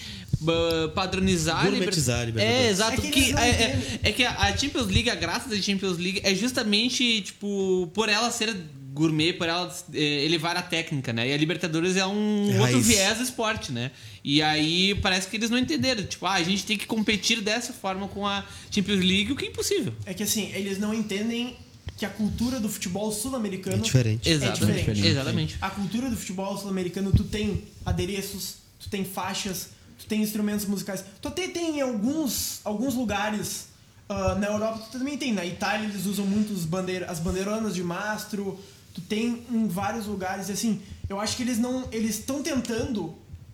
padronizar Gourmetizar a Libertadores. exato. É que eles não entendem. É que a Champions League, a graça da Champions League é justamente, tipo, por ela ser gourmet, por ela elevar a técnica, né? E a Libertadores é um É outro raiz. viés do esporte, né? E aí parece que eles não entenderam. Tipo, a gente tem que competir dessa forma com a Champions League, o que é impossível. É que assim, eles não entendem que a cultura do futebol sul-americano É diferente. diferente. Exatamente. A cultura do futebol sul-americano, tu tem adereços, tu tem faixas, tu tem instrumentos musicais. Tu até tem em alguns lugares na Europa, tu também tem. Na Itália eles usam muito as bandeironas de mastro. Tu tem em vários lugares. E assim, eu acho que eles estão tentando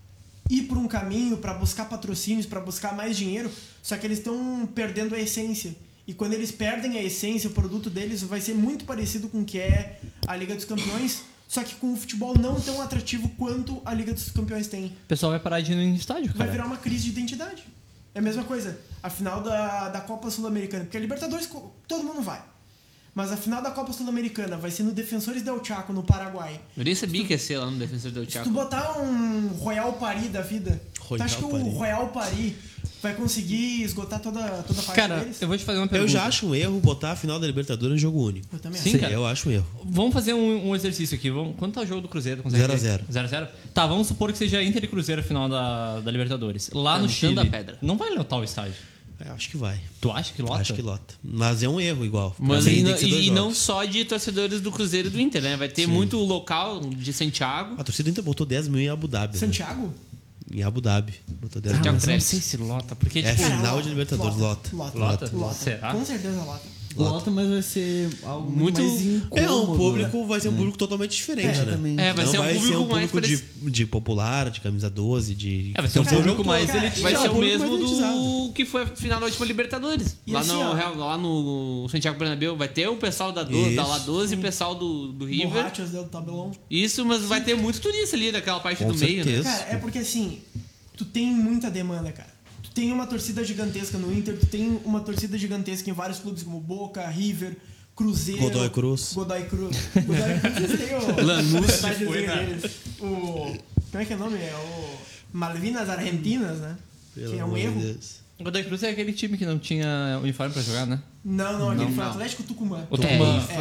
ir por um caminho para buscar patrocínios, para buscar mais dinheiro, só que eles estão perdendo a essência. E quando eles perdem a essência, o produto deles vai ser muito parecido com o que é a Liga dos Campeões, só que com o futebol não tão atrativo quanto a Liga dos Campeões tem. O pessoal vai parar de ir no estádio, cara. Vai virar uma crise de identidade. É a mesma coisa. A final da Copa Sul-Americana, porque a Libertadores todo mundo vai. Mas a final da Copa Sul-Americana vai ser no Defensores del Chaco, no Paraguai. Eu nem sabia que ia ser lá no Defensor del Se Chaco. tu botar um Royal Paris da vida, tu acha que o Royal Paris vai conseguir esgotar toda a faixa Cara, deles? eu vou te fazer uma pergunta. Eu já acho um erro botar a final da Libertadores em jogo único. Eu também Sim, acho. cara. Eu acho um erro. Vamos fazer um exercício aqui. Quanto tá o jogo do Cruzeiro? 0-0. 0-0? Tá, vamos supor que seja Inter e Cruzeiro a final da Libertadores. Lá no Cantando Chile, a pedra. não vai lotar o estádio. Acho que vai. Tu acha que lota? Acho que lota. Mas é um erro igual. Mas Pra mim, e, tem que ser dois e não jogos. só de torcedores do Cruzeiro e do Inter, né? Vai ter muito local de Santiago. A torcida do Inter botou 10 mil em Abu Dhabi. Né? Santiago? Em Abu Dhabi. Botou 10 Ah, mil. mas eu não crédito. sei se lota, porque É tipo... final de Libertadores, lota. Lota? Será? Com certeza lota. Lota, mas vai ser algo Muito- mais incômodo. É, um público, né? vai ser um público totalmente diferente, né? Exatamente. É, vai Não ser um vai público ser um mais público parecido. de popular, de camisa 12, de... Vai ser um Cara, público mais cara, elitista. Vai É, ser o o público mesmo mais do elitizado. que foi a final da última Libertadores. E Lá, assim, lá no Santiago Bernabéu vai ter o pessoal da La 12 e o pessoal do River. Borrachas do tabelão. Isso, mas vai ter muito turista ali daquela parte Com do meio, né? certeza. Cara, é porque assim, tu tem muita demanda, cara. Tu tem uma torcida gigantesca no Inter, tu tem uma torcida gigantesca em vários clubes como Boca, River, Cruzeiro. Godoy Cruz. Godoy Cruz. Godoy Cruz tem o... Lanús, cidadezinha foi, né? deles. O... Como é que é o nome? É o... Malvinas Argentinas, né? Pelo que é um amor de erro. Deus. O Godoy Cruz é aquele time que não tinha uniforme pra jogar, né? Não, aquele foi o não. Atlético Tucumã. O Tucumã. Foi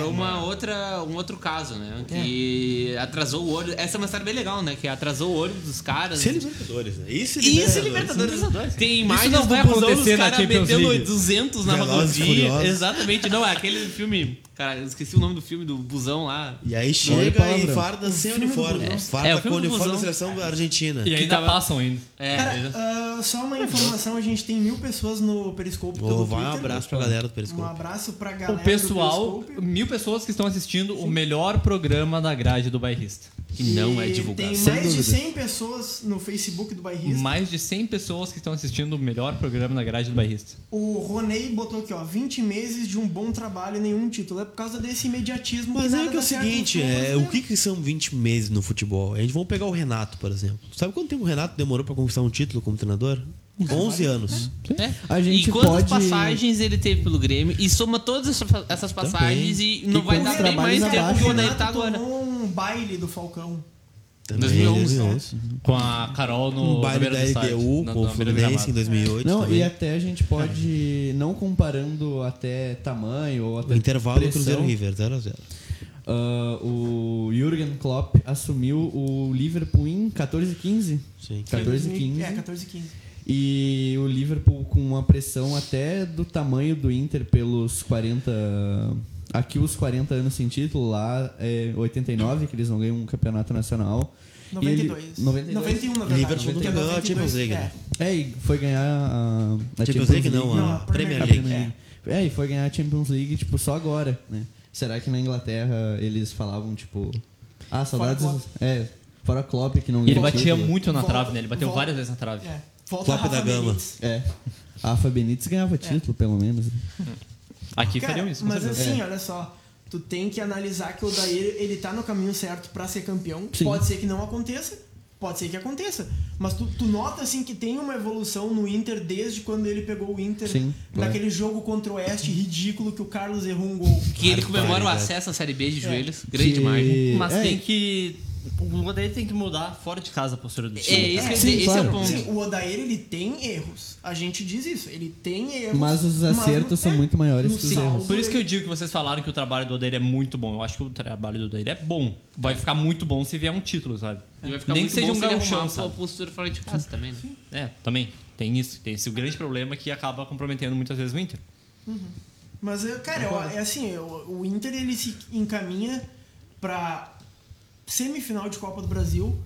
um outro caso, né? Que atrasou o olho. Essa é uma história bem legal, né? Que atrasou o olho dos caras. Isso é Libertadores, né? Isso é Isso é Libertadores. Libertadores. Tem imagens não vai do busão acontecer dos na caras Champions metendo League. 200 na Velozes e rodovia. Furiosos. Exatamente. Não, é aquele filme... Cara, eu esqueci o nome do filme, do busão lá. E aí Olha o chega palavrão. e farda sem filme do uniforme. busão. Farda o filme com o do uniforme da busão. seleção argentina. E ainda tava- passam ainda. Cara, só uma informação, a gente tem 1000 pessoas no Periscope pelo Vai um Twitter. abraço pra galera do Um Periscope. abraço pra galera O pessoal, do Periscope. 1000 pessoas que estão assistindo o melhor programa da grade do Bairrista. que não é divulgado. Tem mais de 100 pessoas no Facebook do Bairrista. Mais de 100 pessoas que estão assistindo o melhor programa na grade do Bairrista. O Ronei botou aqui, ó, 20 meses de um bom trabalho e nenhum título. É por causa desse imediatismo. Mas que é que é o seguinte, o que são 20 meses no futebol? A gente vai pegar o Renato, por exemplo. Sabe quanto tempo o Renato demorou pra conquistar um título como treinador? 11 anos. A gente e quantas pode... passagens ele teve pelo Grêmio e soma todas essas passagens e não vai dar nem mais tempo que o Odair tá agora. Tomou um baile do Falcão. 2011. Com a Carol no baile da LDU, com o Fluminense em 2008. Não, também. e até a gente pode, não comparando até tamanho ou até o intervalo do pressão, Cruzeiro River, 0-0. O Jürgen Klopp assumiu o Liverpool em 14-15. Sim. 14-15. 14-15. E o Liverpool com uma pressão até do tamanho do Inter pelos 40... Aqui os 40 anos sem título, lá é 89, que eles não ganham um campeonato nacional. 92. 91, na verdade. Liverpool não ganhou a Champions League, né? E foi ganhar a Champions League não, a Premier League. E foi ganhar a Champions League, tipo, só agora, né? Será que na Inglaterra eles falavam, tipo... saudades... Fora Klopp, que não ganhou. E ele batia muito na trave, né? Ele bateu várias vezes na trave. Klopp da Gama. A Rafa Benítez ganhava título, pelo menos. Aqui fariam isso. Mas assim, olha só. Tu tem que analisar que o Odair, ele tá no caminho certo pra ser campeão. Sim. Pode ser que não aconteça. Pode ser que aconteça. Mas tu nota, assim, que tem uma evolução no Inter desde quando ele pegou o Inter. Sim, naquele jogo contra o Oeste ridículo que o Carlos errou um gol. Que ele comemora o acesso à Série B de joelhos. Grande margem. Mas tem que... O Odair tem que mudar fora de casa a postura do time. Esse é o ponto. Sim, o Odair, ele tem erros. A gente diz isso. Ele tem erros. Mas os acertos são muito maiores que os erros. Por isso que eu digo que vocês falaram que o trabalho do Odair é muito bom. Eu acho que o trabalho do Odair é bom. Vai ficar muito bom se vier um título, sabe? E vai ficar nem muito que seja bom um se ele gauchão, arrumar sabe? a postura fora de casa também, né? Também. Tem isso. Tem esse grande problema que acaba comprometendo muitas vezes o Inter. Mas, cara, é assim, o Inter, ele se encaminha pra semifinal de Copa do Brasil,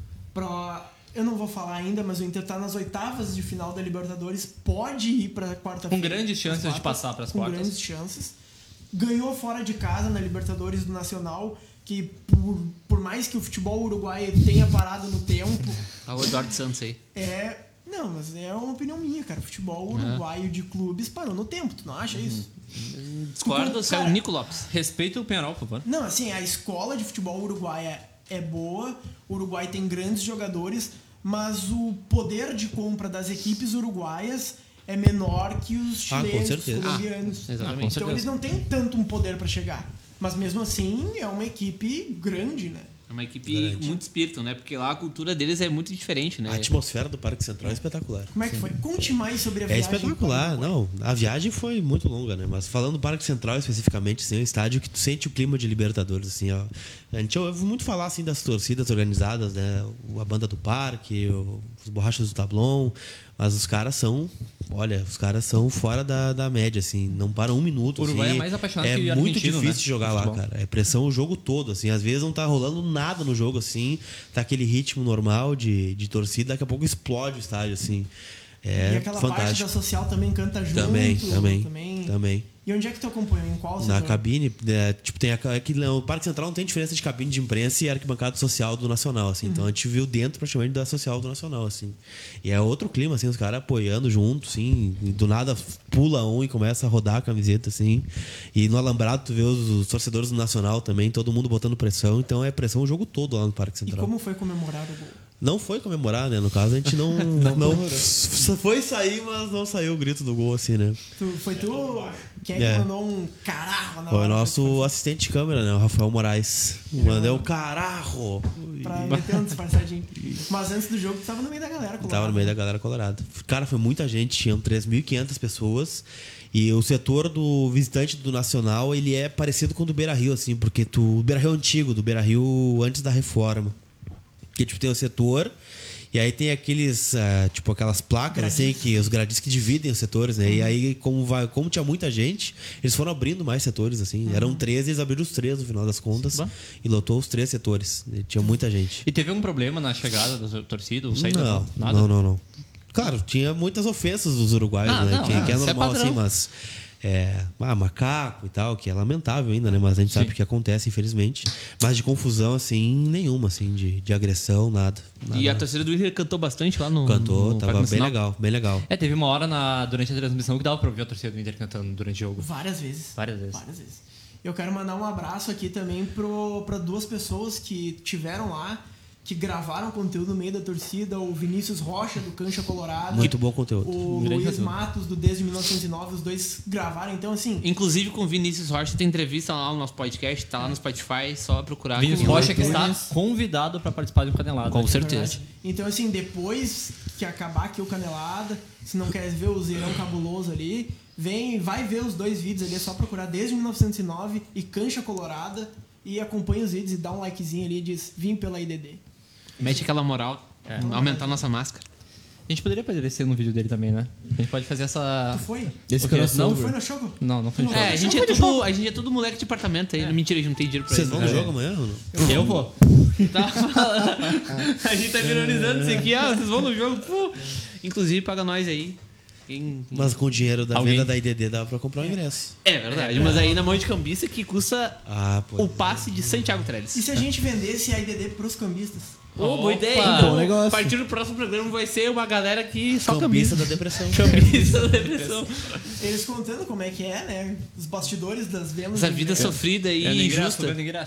eu não vou falar ainda, mas o Inter tá nas oitavas de final da Libertadores, pode ir pra quarta-feira. Com grandes chances de passar pras quartas. Com grandes chances. Ganhou fora de casa na Libertadores do Nacional, que por mais que o futebol uruguaio tenha parado no tempo... Olha o Eduardo Santos aí. Não, mas é uma opinião minha, cara. O futebol uruguaio de clubes parou no tempo, tu não acha isso? Discordo, é o Nico Lopes. Respeita o Penharol, por favor. Não, assim, a escola de futebol uruguaia é boa, o Uruguai tem grandes jogadores, mas o poder de compra das equipes uruguaias é menor que os chilenos, os colombianos. Exatamente. Então eles não têm tanto um poder para chegar. Mas mesmo assim, é uma equipe grande, né? É uma equipe muito espírito, né? Porque lá a cultura deles é muito diferente, né? A atmosfera do Parque Central é espetacular. Como é que foi? Conte mais sobre a viagem. É espetacular. Não, a viagem foi muito longa, né? Mas falando do Parque Central especificamente, assim, é um estádio que tu sente o clima de Libertadores, assim, ó. A gente ouve muito falar, assim, das torcidas organizadas, né? A banda do Parque, os borrachas do Tablon. Mas os caras são... Olha, os caras são fora da média, assim. Não param um minuto, o Uruguai assim. é mais apaixonado que o É argentino, muito difícil né? de jogar lá, cara. É pressão o jogo todo, assim. Às vezes não tá rolando nada no jogo, assim. Tá aquele ritmo normal de torcida. Daqui a pouco explode o estádio, assim. É e aquela fantástico. parte da social também canta junto. Também. E onde é que tu acompanhou? Em qual setor? Na cabine, tipo, tem o Parque Central não tem diferença de cabine de imprensa e arquibancada social do Nacional, assim. Então a gente viu dentro praticamente da social do Nacional, assim. E é outro clima, assim, os caras apoiando junto, assim. E do nada pula um e começa a rodar a camiseta, assim. E no alambrado tu vê os torcedores do Nacional também, todo mundo botando pressão. Então é pressão o jogo todo lá no Parque Central. E como foi comemorar o gol? Não foi comemorar, né? No caso, a gente não foi sair, mas não saiu o grito do gol, assim, né? Foi tu? Quem é que mandou um caralho na hora? Foi o nosso assistente de câmera, né? O Rafael Moraes. Mandou um caralho! Pra meter um disfarçadinho. Mas antes do jogo, tu tava no meio da galera colorada. Tava no meio da galera colorada. Cara, foi muita gente. Tinham 3.500 pessoas. E o setor do visitante do Nacional, ele é parecido com o do Beira-Rio, assim. Porque o Beira-Rio é antigo, do Beira-Rio antes da reforma. Que tipo, tem o setor, e aí tem aqueles, tipo, aquelas placas, assim, que os gradis que dividem os setores, né? E aí, como tinha muita gente, eles foram abrindo mais setores, assim. Eram 13, eles abriram os 3 no final das contas. E lotou os 3 setores. E tinha muita gente. E teve algum problema na chegada da torcida? Não, nada? Não. Claro, tinha muitas ofensas dos uruguaios, né? Que é normal, assim, mas... macaco e tal, que é lamentável ainda, né? Mas a gente sabe o que acontece, infelizmente. Mas de confusão, assim, nenhuma, assim, de agressão, nada. E a torcida do Inter cantou bastante lá no... Cantou, no tava Parque bem Nacional. legal, bem legal. Teve uma hora durante a transmissão que dava pra ouvir a torcida do Inter cantando durante o jogo. Várias vezes. Várias vezes. Várias vezes. Eu quero mandar um abraço aqui também para 2 pessoas que tiveram lá, que gravaram conteúdo no meio da torcida, o Vinícius Rocha, do Cancha Colorado. Muito bom conteúdo. O Grande Luiz conteúdo. Matos, do Desde 1909, os dois gravaram. Então, assim, Inclusive com o Vinícius Rocha tem entrevista lá no nosso podcast, tá lá no Spotify, só procurar. Vinícius que- Rocha que está convidado pra participar de um Canelada. Com certeza. então, assim, depois que acabar aqui o Canelada, se não quer ver o Zerão cabuloso ali, vai ver os 2 vídeos ali, é só procurar Desde 1909 e Cancha Colorada e acompanha os vídeos e dá um likezinho ali e diz, vim pela IDD. Mete aquela moral, aumentar a nossa máscara. A gente poderia aparecer no vídeo dele também, né? A gente pode fazer essa... Tu foi? Esse O quê? crossover. Não foi no jogo? Não foi no jogo. A gente é tudo moleque de apartamento aí. Mentira, a gente não tem dinheiro pra Vocês isso. vão no jogo amanhã ou não? Eu vou. Tá falando. A gente tá ironizando isso aqui, vocês vão no jogo. Pô. Inclusive, paga nós aí. Mas com o dinheiro da Alguém? venda da IDD dava pra comprar o ingresso. É verdade, mas aí na mão de cambista que custa Pô. o passe de Santiago Trellis. E se a gente vendesse a IDD pros cambistas? Boa ideia. Opa! Então, Bom negócio. a partir do próximo programa vai ser uma galera que só Cambista cambista. da depressão. Cambista da depressão. Eles contando como é que é, né? Os bastidores das vendas. Essa do vida ingresso. sofrida e injusta.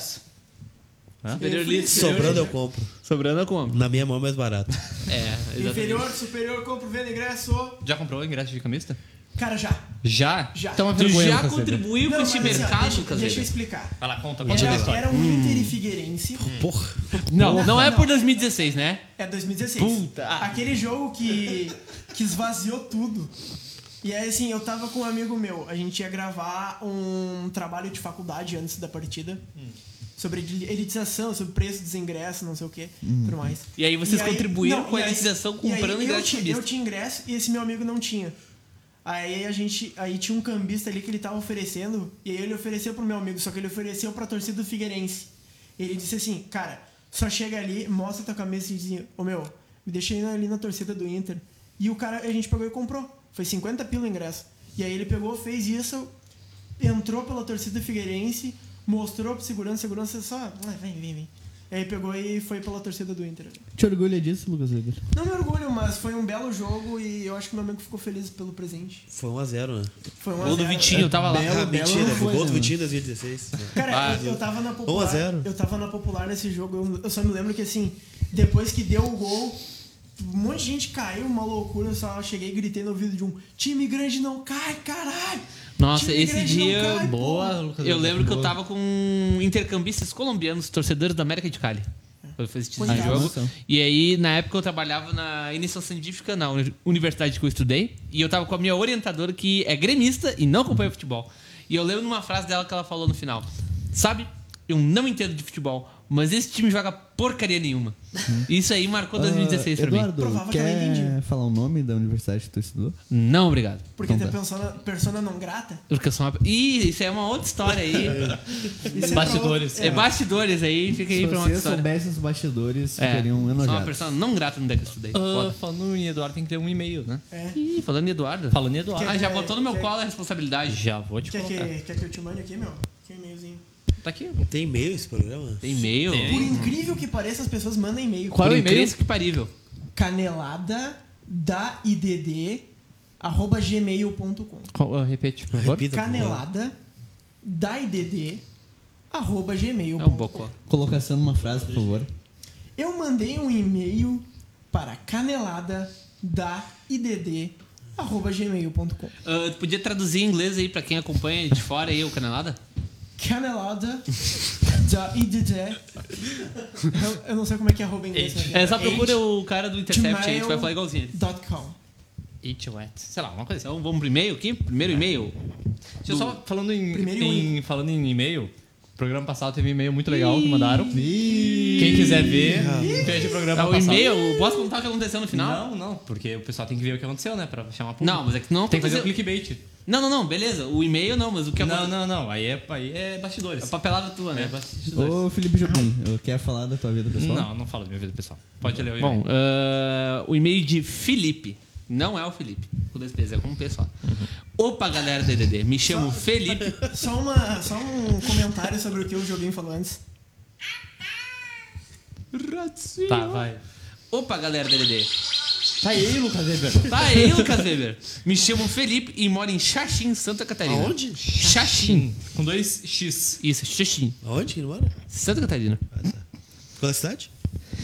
Inferior, Sobrando eu compro. Sobrando como? Na minha mão é mais barato. Exatamente. Inferior, superior, compro, vendo ingresso. Já comprou o ingresso de camista? Cara, já. Já? Já. Então é Tu vergonha, já Caseiro. contribuiu com Não, esse mas assim, ó, mercado, deixa eu Caseiro? explicar. Vai lá, conta a história. Era um Inter e Figueirense. Porra. Não é por 2016, né? É 2016. Puta. Aquele jogo que esvaziou tudo. E aí, assim, eu tava com um amigo meu. A gente ia gravar um trabalho de faculdade antes da partida. Sobre elitização, sobre preço dos ingressos, não sei o que, tudo mais. E aí vocês contribuíram não, com a e aí- elitização e aí comprando ingresso de eu cambista. tinha ingresso e esse meu amigo não tinha. Aí tinha um cambista ali que ele tava oferecendo, e aí ele ofereceu pro meu amigo, só que ele ofereceu pra torcida do Figueirense. Ele disse assim, cara, só chega ali, mostra tua camisa e diz, ô meu, me deixa ir ali na torcida do Inter. E o cara, a gente pegou e comprou. Foi 50 pila o ingresso. E aí ele pegou, fez isso, entrou pela torcida do Figueirense, mostrou pro segurança só, vem. Aí pegou e foi pela torcida do Inter. Te orgulha disso, Lucas Weber? Não me orgulho, mas foi um belo jogo e eu acho que meu amigo ficou feliz pelo presente. Foi 1x0, né? Foi um Gol do Vitinho, eu tava lá. Belo, Mentira, não foi, gol do né, Vitinho em 2016. Cara, eu tava na Popular. 1x0. Eu tava na Popular nesse jogo. Eu só me lembro que assim, depois que deu o gol, um monte de gente caiu, uma loucura. Eu só cheguei e gritei no ouvido de um time grande não cai, caralho! Nossa, Time esse grande não dia. cai, Boa, Lucas. Eu lembro que eu Boa. tava com intercambistas colombianos, torcedores da América de Cali. Quando foi esse Pois é. jogo. E aí, na época, eu trabalhava na iniciação científica, na universidade que eu estudei. E eu tava com a minha orientadora, que é gremista e não acompanha futebol. E eu lembro numa frase dela que ela falou no final: sabe, eu não entendo de futebol, mas esse time joga porcaria nenhuma. Isso aí marcou 2016 pra mim. Eduardo, Provável que ela quer entendi. falar o nome da universidade que tu estudou? Não, obrigado. Porque Então tem persona não grata. Porque eu sou uma... Ih, isso aí é uma outra história aí. Isso é Bastidores. pra- É bastidores aí, fica aí Se pra uma outra vocês história. soubessem os bastidores, É, ficariam sou uma enojados. pessoa não grata no deck que eu estudei. Foda. Falando em Eduardo, tem que ter um e-mail, né? Ih, falando em Eduardo. Falando em Eduardo. Ah, já Quer- botou no meu quer- colo a responsabilidade. Já vou te Quer colocar. que eu te mande aqui, meu? Que e-mailzinho. Tá aqui. Tem e-mail esse programa? Tem e-mail? Por incrível que pareça, as pessoas mandam e-mail. Qual é o e-mail? incrível que parível. canelada@gmail.com. Repete, por favor. Repita, por favor. canelada@gmail.com. É um bocó. Colocação numa frase, por favor. Eu mandei um e-mail para canelada@gmail.com. Tu podia traduzir em inglês aí pra quem acompanha de fora aí o Canelada? Canelada@idd. Eu não sei como é que é arroba em inglês. né? É, só procura o cara do Intercept aí, tu vai falar igualzinho. .com. It wet. Sei lá, uma coisa assim. Então vamos pro e-mail aqui? Primeiro e-mail. Deixa eu só, falando Primeiro falando em e-mail, o programa passado teve um e-mail muito legal que mandaram. Ih, Quem quiser ver, veja o programa É o passado. e-mail, posso contar o que aconteceu no final? Não, porque o pessoal tem que ver o que aconteceu, né? Pra chamar público. Não, mas é que não Tem que fazer o aconteceu. clickbait. Não, beleza. O e-mail não, mas o que aconteceu. Não. Aí é bastidores. É papelada tua, né? É bastidores. Ô, Felipe Jobim, quer falar da tua vida pessoal? Não fala da minha vida pessoal. Pode ler o Bom, e-mail. o e-mail de Felipe. Não é o Felipe. Com 2 P's, é com um P só. Opa, galera da EDD. Me chamo Felipe. Só um comentário sobre o que o Jobim falou antes. Tá, vai. Opa, galera da EDD. Tá aí, Lucas Weber. Tá aí, Lucas Weber. Me chamo Felipe e moro em Xaxim, Santa Catarina. Aonde? Xaxim. Com 2 X. Isso, Xaxim. Aonde que ele mora? Santa Catarina. Ah, tá. Qual é a cidade?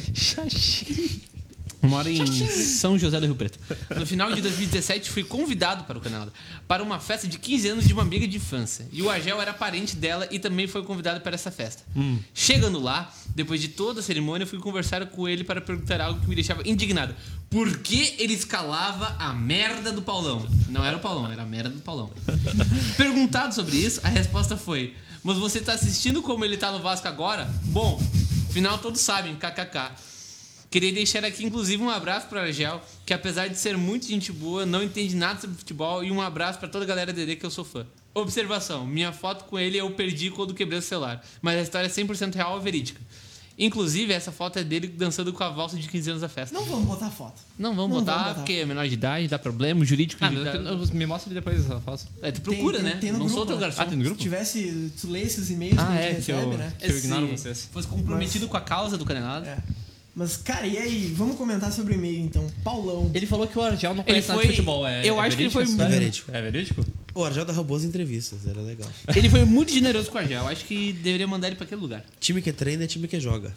Xaxim. Moro em São José do Rio Preto. No final de 2017, fui convidado para o Canadá para uma festa de 15 anos de uma amiga de infância. E o Argel era parente dela e também foi convidado para essa festa. Chegando lá, depois de toda a cerimônia, fui conversar com ele para perguntar algo que me deixava indignado. Por que ele escalava a merda do Paulão? Não era o Paulão, era a merda do Paulão. Perguntado sobre isso, a resposta foi: mas você tá assistindo como ele tá no Vasco agora? Bom, afinal todos sabem, kkk. Queria deixar aqui, inclusive, um abraço para o Argel, que apesar de ser muito gente boa, não entende nada sobre futebol, e um abraço para toda a galera DD que eu sou fã. Observação, minha foto com ele eu perdi quando quebrei o celular, mas a história é 100% real e verídica. Inclusive, essa foto é dele dançando com a valsa de 15 anos da festa. Não vamos botar foto. Não vamos botar, porque é menor de idade, dá problema, jurídico... Me mostra depois essa foto. tu procura, né? Tem no Não grupo, sou teu né? garçom. Tem no grupo? Se tivesse, tu lesse os e-mails que a gente Que recebe, eu, né? que eu ignoro vocês. Fosse comprometido com a causa do Canelado. É. Mas, cara, e aí? Vamos comentar sobre o e-mail, então. Paulão. Ele falou que o Argel não Ele conhece nada de foi... futebol. eu acho que ele foi... É verídico. É verídico? O Argel dava boas entrevistas, era legal. Ele foi muito generoso com o Argel. Eu acho que deveria mandar ele pra aquele lugar. Time que treina é time que joga.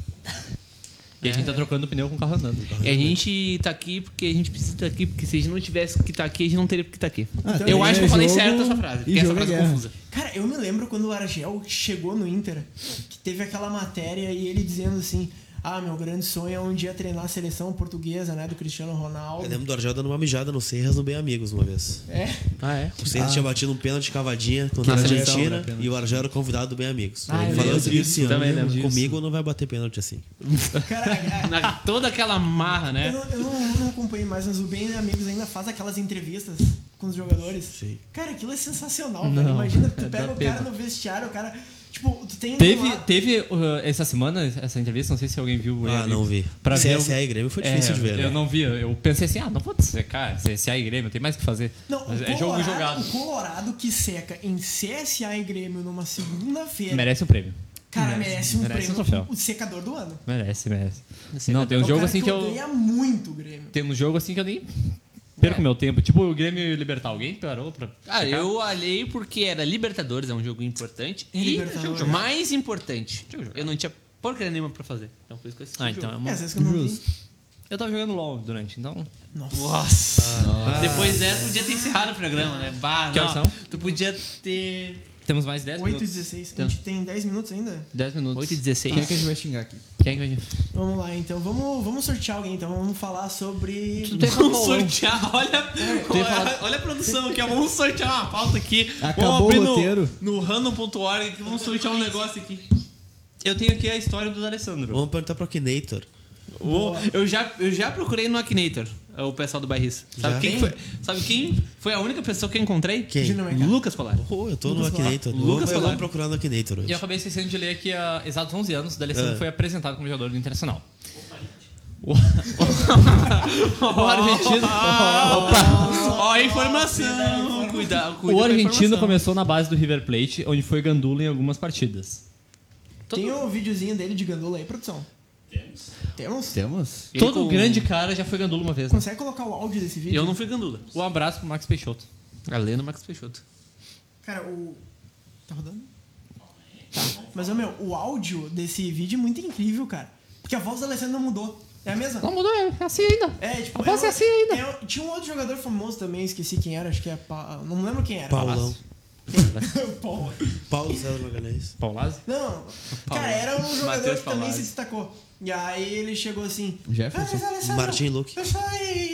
E a gente tá trocando pneu com o carro andando. E a gente tá aqui porque a gente precisa estar aqui, porque se a gente não tivesse que estar aqui, a gente não teria que estar aqui. Então, Eu acho que eu falei jogo certo essa frase, e porque essa jogo é frase é guerra. confusa. Cara, eu me lembro quando o Argel chegou no Inter, que teve aquela matéria e ele dizendo assim: ah, meu grande sonho é um dia treinar a seleção portuguesa, né, do Cristiano Ronaldo. Eu lembro do Argel dando uma mijada no Serras no Bem Amigos uma vez. É. Ah, é? O Serras tinha batido um pênalti de cavadinha Que na era Argentina seleção, né, e o Argel era o convidado do Bem Amigos. Ah, Ele eu falou lembro assim, disso, também lembro disso. comigo não vai bater pênalti assim. Cara, Toda aquela marra, né? eu não acompanhei mais, mas o Bem Amigos ainda faz aquelas entrevistas com os jogadores. Sim. Cara, aquilo é sensacional, velho. Imagina, tu pega o cara no vestiário, o cara... Tipo, tu tem... Teve essa semana, essa entrevista, não sei se alguém viu. Ah, não vi. Pra ver CSA e Grêmio foi difícil de ver, né? Eu não vi, eu pensei assim, não vou secar CSA e Grêmio, tem mais o que fazer. Não, Mas é o jogo jogado. O Colorado que seca em CSA e Grêmio numa segunda-feira... Merece um prêmio. Cara, merece um merece um prêmio. troféu. O secador do ano. Merece. Não, tem um É o jogo cara assim que eu... odeia muito o Grêmio. Tem um jogo assim que eu nem perco meu tempo. Tipo o Grêmio Libertar. Alguém parou pra... Ah, eu olhei porque era Libertadores, é um jogo importante. E Libertadores. mais importante, eu não tinha porcaria nenhuma pra fazer. Então por isso que eu assisti o então jogo. é Às vezes que eu não vi. Eu tava jogando LOL durante, então... Nossa! Depois dessa, podia ter encerrado o programa, né? Bah, Que horas não. são? Tu podia ter... Temos mais 10 8 e minutos. 16. A gente tem 10 minutos ainda? 10 minutos. 8 e 16. Quem é que a gente vai xingar aqui? Quem é que vai... Vamos lá, então. Vamos sortear alguém, então. Vamos falar sobre... Vamos sortear, olha a produção aqui, ó. Vamos sortear uma pauta aqui. Acabou vamos abrir o roteiro. no random.org aqui, vamos sortear um negócio aqui. Eu tenho aqui a história do Alessandro. Vamos perguntar pro Akinator. Eu já procurei no Akinator, o pessoal do Bairrista. Sabe quem foi a única pessoa que eu encontrei? Quem? Dinamarca. Lucas Polar. Eu tô no Akinator. Lucas Vamos Polar. procurar no Akinator E eu hoje. acabei esquecendo de ler que há exatos 11 anos o Alessandro foi apresentado como jogador do Internacional. O argentino... Ó, a informação. Cuidado O com a argentino informação. começou na base do River Plate, onde foi gandula em algumas partidas. Tem um videozinho dele de gandula aí, produção? Temos? Temos? Ele Todo com- grande cara já foi gandula uma vez, né? Consegue colocar o áudio desse vídeo? Eu não fui gandula. Um abraço pro Max Peixoto. Galeno Max Peixoto. Cara, Tá rodando? Tá. Mas, o áudio desse vídeo é muito incrível, cara. Porque a voz do Alessandro não mudou. É a mesma? Não mudou, é assim ainda. É, tipo... A voz é assim ainda. Tinha um outro jogador famoso também, esqueci quem era, acho que é... Não lembro quem era. Paulão. Paulo. Paulo César Magalhães. Paulazzi? Não, cara, era um jogador Matheus que também Paulazzi. se destacou. E aí ele chegou assim... Jefferson? Alessandro, Martin Luque. Eu sou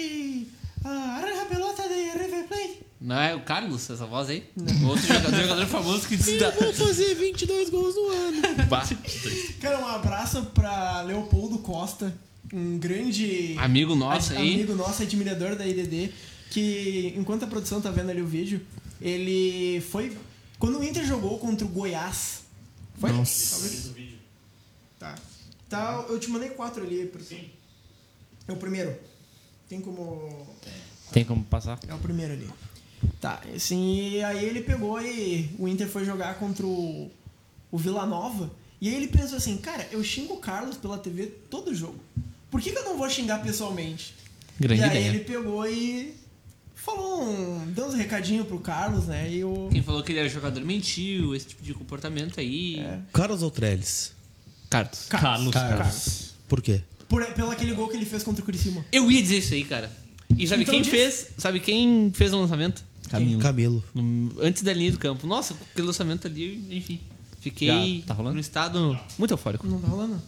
a pelota de River Plate. Não é o Carlos, essa voz aí? Outro jogador famoso que disse... Vou fazer 22 gols no ano. Cara, um abraço pra Leopoldo Costa, um grande... Amigo nosso aí. Amigo nosso, admirador da IDD, que enquanto a produção tá vendo ali o vídeo, ele foi... Quando o Inter jogou contra o Goiás... Foi? Talvez. Tá, eu te mandei 4 ali. Sim. É o primeiro. Tem como... Tem como passar? É o primeiro ali. Tá, assim, e aí ele pegou e o Inter foi jogar contra o Vila Nova. E aí ele pensou assim, cara, eu xingo o Carlos pela TV todo jogo. Por que eu não vou xingar pessoalmente? Grande e aí ideia. ele pegou e deu uns recadinhos pro Carlos, né? E Quem falou que ele era jogador mentiu, esse tipo de comportamento aí. Carlos ou Trellis? Carlos. Carlos. Por quê? Pelo aquele gol que ele fez contra o Criciúma. Eu ia dizer isso aí, cara. E sabe Então quem diz. fez? Sabe quem fez o lançamento? Camilo. Antes da linha do campo. Nossa, aquele lançamento ali, enfim. Fiquei Já tá rolando? num estado muito eufórico. Não tá rolando?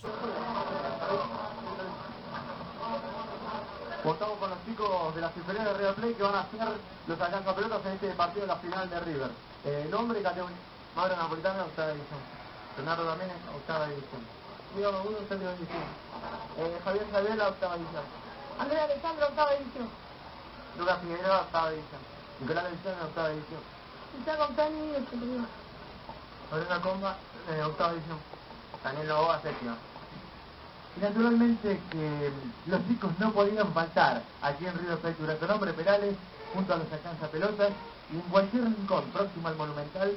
Contamos con los chicos de las inferiores de River Plate que van a ser los alcanzapelotas en este partido de la final de River. Nombre y categoría. Mauro Napolitano, octava división. Leonardo Ramírez, octava división. Dígame uno, séptima división. Javier Sabela, octava división. Andrea Alessandro, octava división. Lucas Figueroa, octava división. Nicolás División, octava división. Isa Compani, séptima. Lorena Comba, octava división. Daniel Novoa, séptima. Y naturalmente que los chicos no podían faltar aquí en River Plate durante nombre Perales, junto a los alcanzapelotas y en cualquier rincón próximo al Monumental.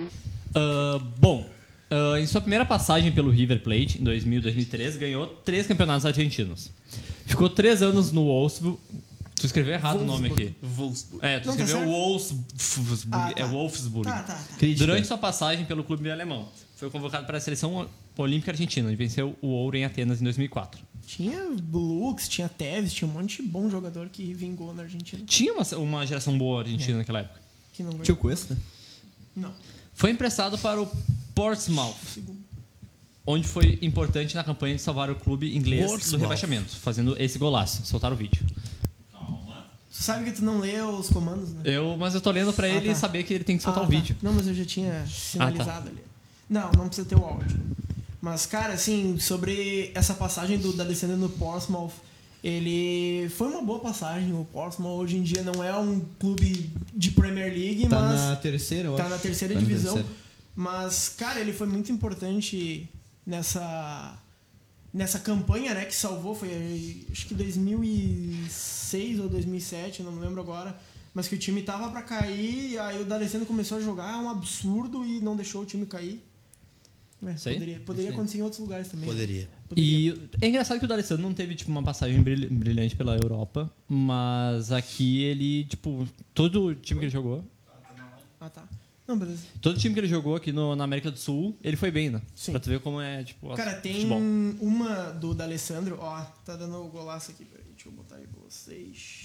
Em sua primeira passagem pelo River Plate, em 2000 e 2003, ganhou 3 campeonatos argentinos. Ficou 3 anos no Wolfsburg. Tu escreveu errado o nome aqui. Wolfsburg. É, tu Não, tá escreveu certo. Wolfsburg. É Wolfsburg. Tá. Durante sua passagem pelo clube alemão, foi convocado para a seleção olímpica argentina e venceu o ouro em Atenas em 2004. Tinha Lux, tinha Tevez, tinha um monte de bom jogador que vingou na Argentina. Tinha uma geração boa argentina naquela época. Que não ganhou. Tio Cuesta? Não. Foi emprestado para o Portsmouth, onde foi importante na campanha de salvar o clube inglês do Portsmouth. rebaixamento, fazendo esse golaço. Soltaram o vídeo. Tu sabe que tu não lê os comandos, né? Mas eu tô lendo pra ele tá. saber que ele tem que soltar o tá. vídeo. Não, mas eu já tinha sinalizado ali. Não precisa ter o áudio. Mas, cara, assim, sobre essa passagem do D'Alessandro no Portsmouth, ele foi uma boa passagem. O Portsmouth hoje em dia não é um clube de Premier League, Tá mas na terceira, eu tá acho. na terceira Tá na divisão. terceira. Mas, cara, ele foi muito importante nessa campanha, né, que salvou, foi acho que 2006 ou 2007, não me lembro agora, mas que o time tava pra cair, e aí o D'Alessandro começou a jogar, um absurdo, e não deixou o time cair. Sei. Poderia acontecer em outros lugares também. Poderia. E é engraçado que o D'Alessandro não teve tipo uma passagem brilhante pela Europa, mas aqui ele, tipo, todo o time que ele jogou, Ah, tá. Não, beleza. todo time que ele jogou aqui na América do Sul, ele foi bem, né? Sim. Pra tu ver como é, tipo, Cara, tem futebol. uma do D'Alessandro, ó, tá dando o golaço aqui, peraí, deixa eu botar aí pra vocês.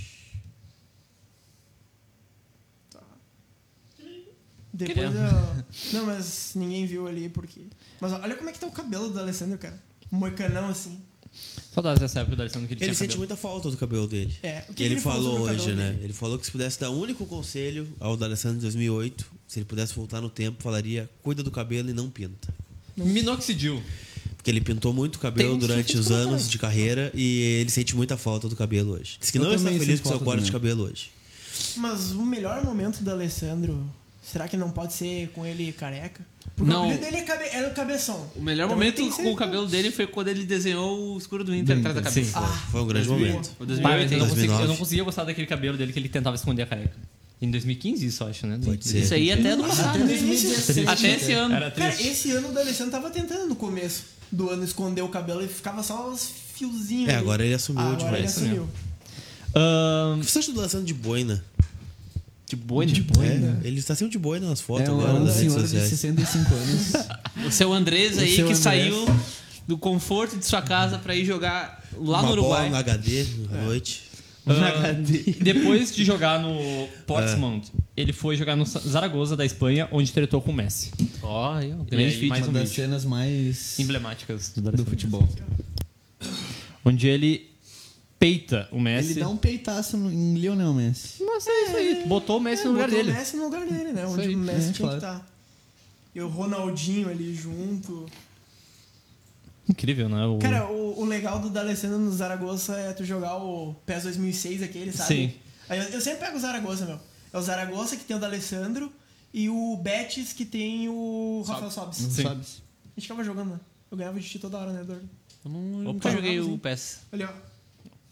Tá. Depois eu... Não, mas ninguém viu ali porque... Mas olha como é que tá o cabelo do D'Alessandro, cara. Moicanão, assim. Saudades dessa época do D'Alessandro que ele Ele tinha sente cabelo. muita falta do cabelo dele. É, o que Ele ele falou falou sobre o hoje, cabelo né? dele? Ele falou que se pudesse dar um único conselho ao D'Alessandro em 2008, se ele pudesse voltar no tempo, falaria: cuida do cabelo e não pinta. Minoxidil. Porque ele pintou muito o cabelo Tem durante uns os comentários. anos de carreira e ele sente muita falta do cabelo hoje. Diz que Eu não está também feliz sinto com o seu falta corte de também. cabelo hoje. Mas o melhor momento do Alessandro, será que não pode ser com ele careca? Porque Não. o apelido dele era o cabeção. O melhor Então momento tem que ser- com o cabelo dele foi quando ele desenhou o escuro do Inter atrás da Sim. cabeça. Foi um grande 2000. momento. O Pai, 2008. eu, não conseguia, 2009. eu não conseguia gostar daquele cabelo dele que ele tentava esconder a careca. Em 2015 isso, eu acho, né? Pode ser. Isso aí até do passado. Até 2016. Até esse ano. Era Cara, triste. esse ano o D'Alessandro tava tentando no começo do ano esconder o cabelo e ficava só os fiozinhos. ali. Agora ele assumiu de Agora ele vez. assumiu. O que você acha do D'Alessandro de boina? De boina. Ele está sempre de boina nas fotos É agora um nas redes senhor de sociais. 65 anos. O seu Andrés aí O seu que Andrés. saiu do conforto de sua casa pra ir jogar lá Uma no Uruguai. bola no HD à noite. Depois de jogar no Portsmouth, ele foi jogar no Zaragoza da Espanha, onde tretou com o Messi. Ó, aí, ó, E grande aí, feat. mais Uma um das vídeo. cenas mais Emblemáticas do do D'Alessandro. futebol. Onde ele peita o Messi. Ele dá um peitaço em Lionel Messi. Mas é isso aí. Botou o Messi no lugar botou dele. o Messi no lugar dele, né? Onde aí, o Messi tinha claro. que estar. E o Ronaldinho ali junto. Incrível, né? Cara, o legal do D'Alessandro no Zaragoza é tu jogar o PES 2006 aquele, sabe? Sim. Aí eu sempre pego o Zaragoza, meu. É o Zaragoza que tem o D'Alessandro e o Betis que tem o Rafael Sobis. Não Sim. sabe? A gente ficava jogando, né? Eu ganhava de ti toda hora, né, Eduardo? Eu nunca Opa. joguei Jogava, o PES. Ali, ó.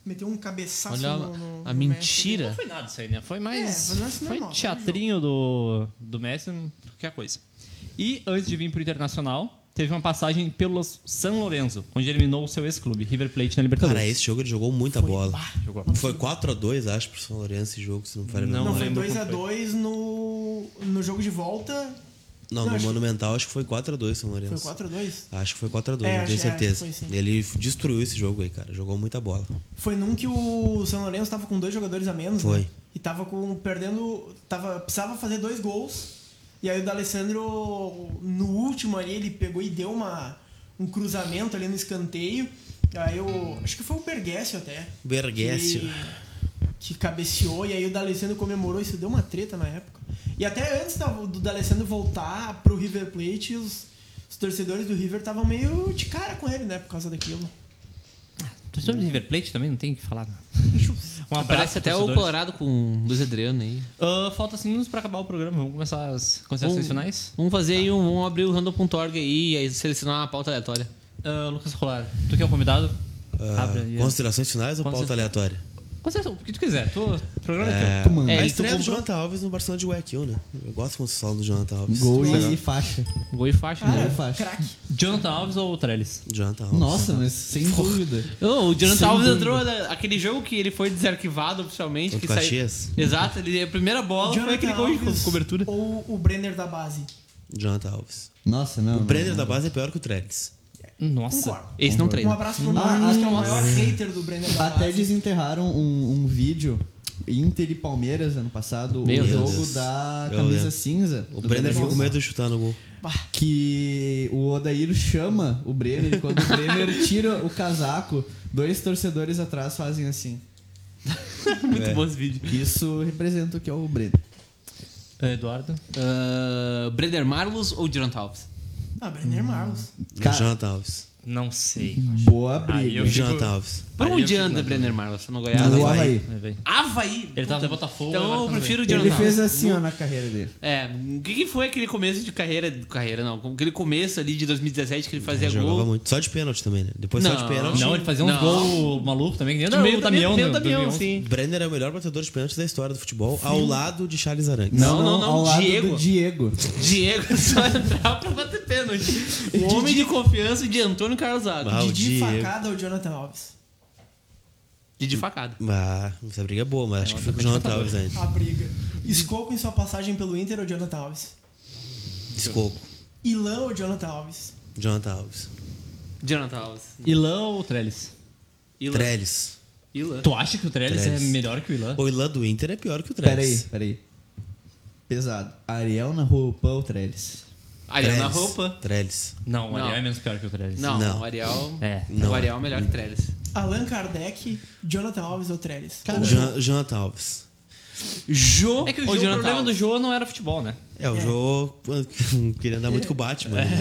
Meteu um cabeçaço Olha no a no mentira. Não foi nada isso aí, né? Foi mais. foi lance Foi normal, teatrinho do Messi, qualquer coisa. E antes de vir pro Internacional, teve uma passagem pelo San Lorenzo, onde eliminou o seu ex-clube, River Plate na Libertadores. Cara, esse jogo ele jogou muita bola. Jogou. Foi 4-2, acho, pro São Lourenço esse jogo, se não falha Não Não, foi lembro 2x2 no jogo de volta. Não, Não, no acho- Monumental acho que foi 4-2 São Foi Lourenço. 4x2. Acho que foi 4-2, É, não tenho acho que certeza. foi, sim. Ele destruiu esse jogo aí, cara. Jogou muita bola. Foi num que o São Lourenço tava com 2 jogadores a menos. Foi. Né? E tava precisava fazer 2 gols. E aí o D'Alessandro, no último ali, ele pegou e deu um cruzamento ali no escanteio. Aí acho que foi o Bergessio até. Bergessio. Que cabeceou, e aí o D'Alessandro comemorou. Isso deu uma treta na época. E até antes do D'Alessandro voltar pro River Plate, os torcedores do River estavam meio de cara com ele, né? Por causa daquilo. Torcedor do River Plate também, não tem o que falar. Um abraço Parece até o torcedores. Colorado com o Luiz Adriano aí. Falta 5 minutos pra acabar o programa. Vamos começar as considerações finais. Vamos fazer aí vamos abrir o random.org aí e aí selecionar uma pauta aleatória. Lucas Rolar, tu que é o convidado? Abre aí. Considerações finais ou pauta aleatória? Consideração, o que tu quiser. O programa é É, teu. manda. a É, estreia tu do comprou- Jonathan Alves no Barcelona de Guayaquil, né? Eu gosto quando você fala do Jonathan Alves. Gol Legal. e faixa. Gol e faixa, Ah, né? faixa. craque. Jonathan Alves ou Trellis? Jonathan Alves. Nossa, mas sem dúvida. O Jonathan Sem Alves dúvida. entrou aquele jogo que ele foi desarquivado oficialmente. Contra Que o saiu... Caxias. Exato, a primeira bola foi aquele gol de cobertura. Ou o Brenner da base. Jonathan Alves. Nossa, não. O não, Brenner não. da base é pior que o Trellis. Nossa. Concordo. Esse não Um treina. abraço pro Ah, Marcos, que é o nossa. maior hater do Brenner da Até base. desenterraram um vídeo Inter e Palmeiras ano passado, Meu o Deus. jogo da Eu camisa lembro. cinza. O do Brenner ficou com Nossa. medo de chutar no gol. Que o Odair chama o Brenner e quando o Brenner tira o casaco, 2 torcedores atrás fazem assim. Muito bom esse vídeo. Isso representa o que é o Brenner. Eduardo. Brenner Marlos ou Jonathan Alves? Brenner Marlos. Cara- Jonathan Alves. Não sei. Boa Aí briga. eu hein? fico- Jonathan Alves. Por Aí onde eu fico anda na Brenner Marlos? No Goiás? No Havaí. Havaí. Vem. Havaí! Ele tava no Botafogo. Então agora eu tá no prefiro o Havaí. Jonathan Ele fez Alves. assim, ó, na carreira dele. O que foi aquele começo de carreira? Carreira não, aquele começo ali de 2017 que ele fazia Jogava gol. muito. Só de pênalti também, né? Depois só Não. de pênalti. Não, ele fazia uns Não. gols malucos também, que nem De o meio Damião. meio no Damião, 2011. sim. Brenner é o melhor batedor de pênalti da história do futebol, ao lado de Charles Arangues. Não, ao lado Diego. do Diego. Diego só entrava pra bater pênalti. O homem de confiança de Antônio Carlos Zago. Ah, o Didi Diego. facada ou Jonathan Alves? De facada. Essa briga é boa, mas acho que fica com o Jonathan Alves ainda. A briga. Escoco em sua passagem pelo Inter ou Jonathan Alves? Escoco. Ilan ou Jonathan Alves? Jonathan Alves. Jonathan Alves. Ilan ou Trellis? Ilan. Trellis. Ilan. Tu acha que o Trellis é Trellis. melhor que o Ilan? O Ilan do Inter é pior que o Trellis. Peraí. Pesado. Ariel na roupa ou Trellis? Ariel na Trellis. roupa. Trellis. Não, o Ariel Não. é menos pior que o Trellis. Não, Não. o Ariel. É. O Ariel é melhor que Trellis. Allan Kardec, Jonathan Alves ou Trellis? Jonathan Alves. Jô. É que o, ou Jô, o Jonathan problema do Alves? Jô não era futebol, né? O jogo queria andar muito com o Batman. Né?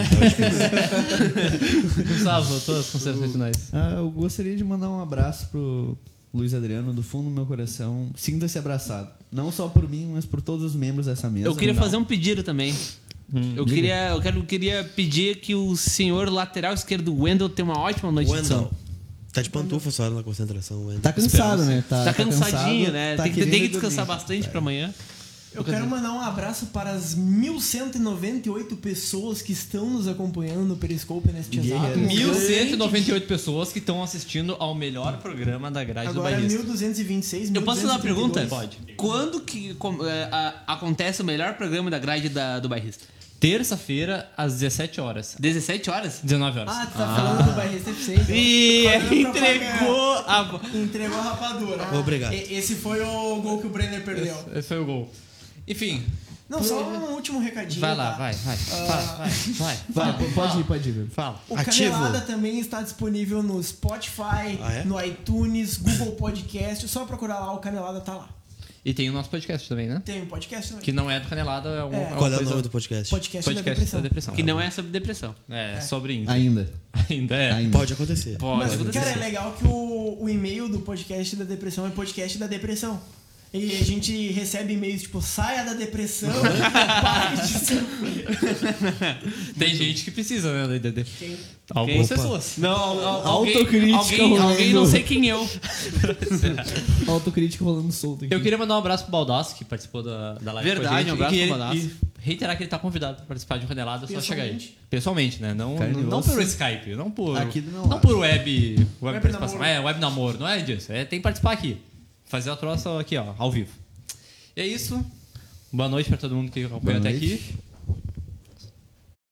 Gustavo, todas as considerações finais. Eu gostaria de mandar um abraço pro Luiz Adriano, do fundo do meu coração. Sinta-se abraçado. Não só por mim, mas por todos os membros dessa mesa. Eu queria fazer um pedido também. Eu diga. queria pedir que o senhor lateral esquerdo Wendel tenha uma ótima noite de Wendell. sono. Tá de pantufa só na concentração, Wendell. Tá cansado, né? Tá cansadinho, cansado, né? tá tem que querendo descansar dormir. bastante pra amanhã. Eu quero mandar um abraço para as 1.198 pessoas que estão nos acompanhando no Periscope neste exato Guerreiros. momento. 1.198 pessoas que estão assistindo ao melhor programa da grade Agora do é Bairrista. 1.226, Eu posso fazer uma pergunta? 1.232. Pode. Quando que acontece o melhor programa da grade do bairrista? Terça-feira, às 17 horas. 17 horas? 19 horas. Ah, tu tá falando do Bairrista FC. então. E Fazendo entregou a... Entregou a rapadura. Obrigado. Esse foi o gol que o Brenner perdeu. Esse foi o gol. Enfim. Não, só um último recadinho. Vai lá, tá? vai. Vai. Pode ir. Fala. O Ativo. Canelada também está disponível no Spotify, Ah, é? no iTunes, Google Podcast. Só procurar lá, o Canelada tá lá. E tem o nosso podcast também, né? Tem um podcast também. Que não é do Canelada, é uma, É. uma Qual é o coisa- nome do podcast? Podcast da podcast depressão. da depressão. Que não é sobre depressão. É, sobre Inter. Ainda. Ainda é. Ainda. Pode acontecer. Pode Mas, acontecer. cara, é legal que o e-mail do podcast da depressão é podcast da depressão. E a gente recebe e-mails tipo, saia da depressão, pare de sofrer. Tem gente que precisa, né? Quem? Algumas pessoas. Não, Alguém, autocrítica rolando. alguém não sei quem eu. Autocrítica rolando solto aqui. Eu queria mandar um abraço pro Baldasso, que participou da live Verdade, com a gente. um abraço e pro Baldasso. E reiterar que ele tá convidado pra participar de um Canelada, é só chegar aí. Pessoalmente? Pessoalmente, né? Não Nossa. por Skype, não por... Aqui do meu não lado. por web participação. namoro. Web namoro, não é disso. Tem que participar aqui. Fazer a troça aqui, ó, ao vivo. E é isso. Boa noite pra todo mundo que acompanhou Boa até noite. aqui.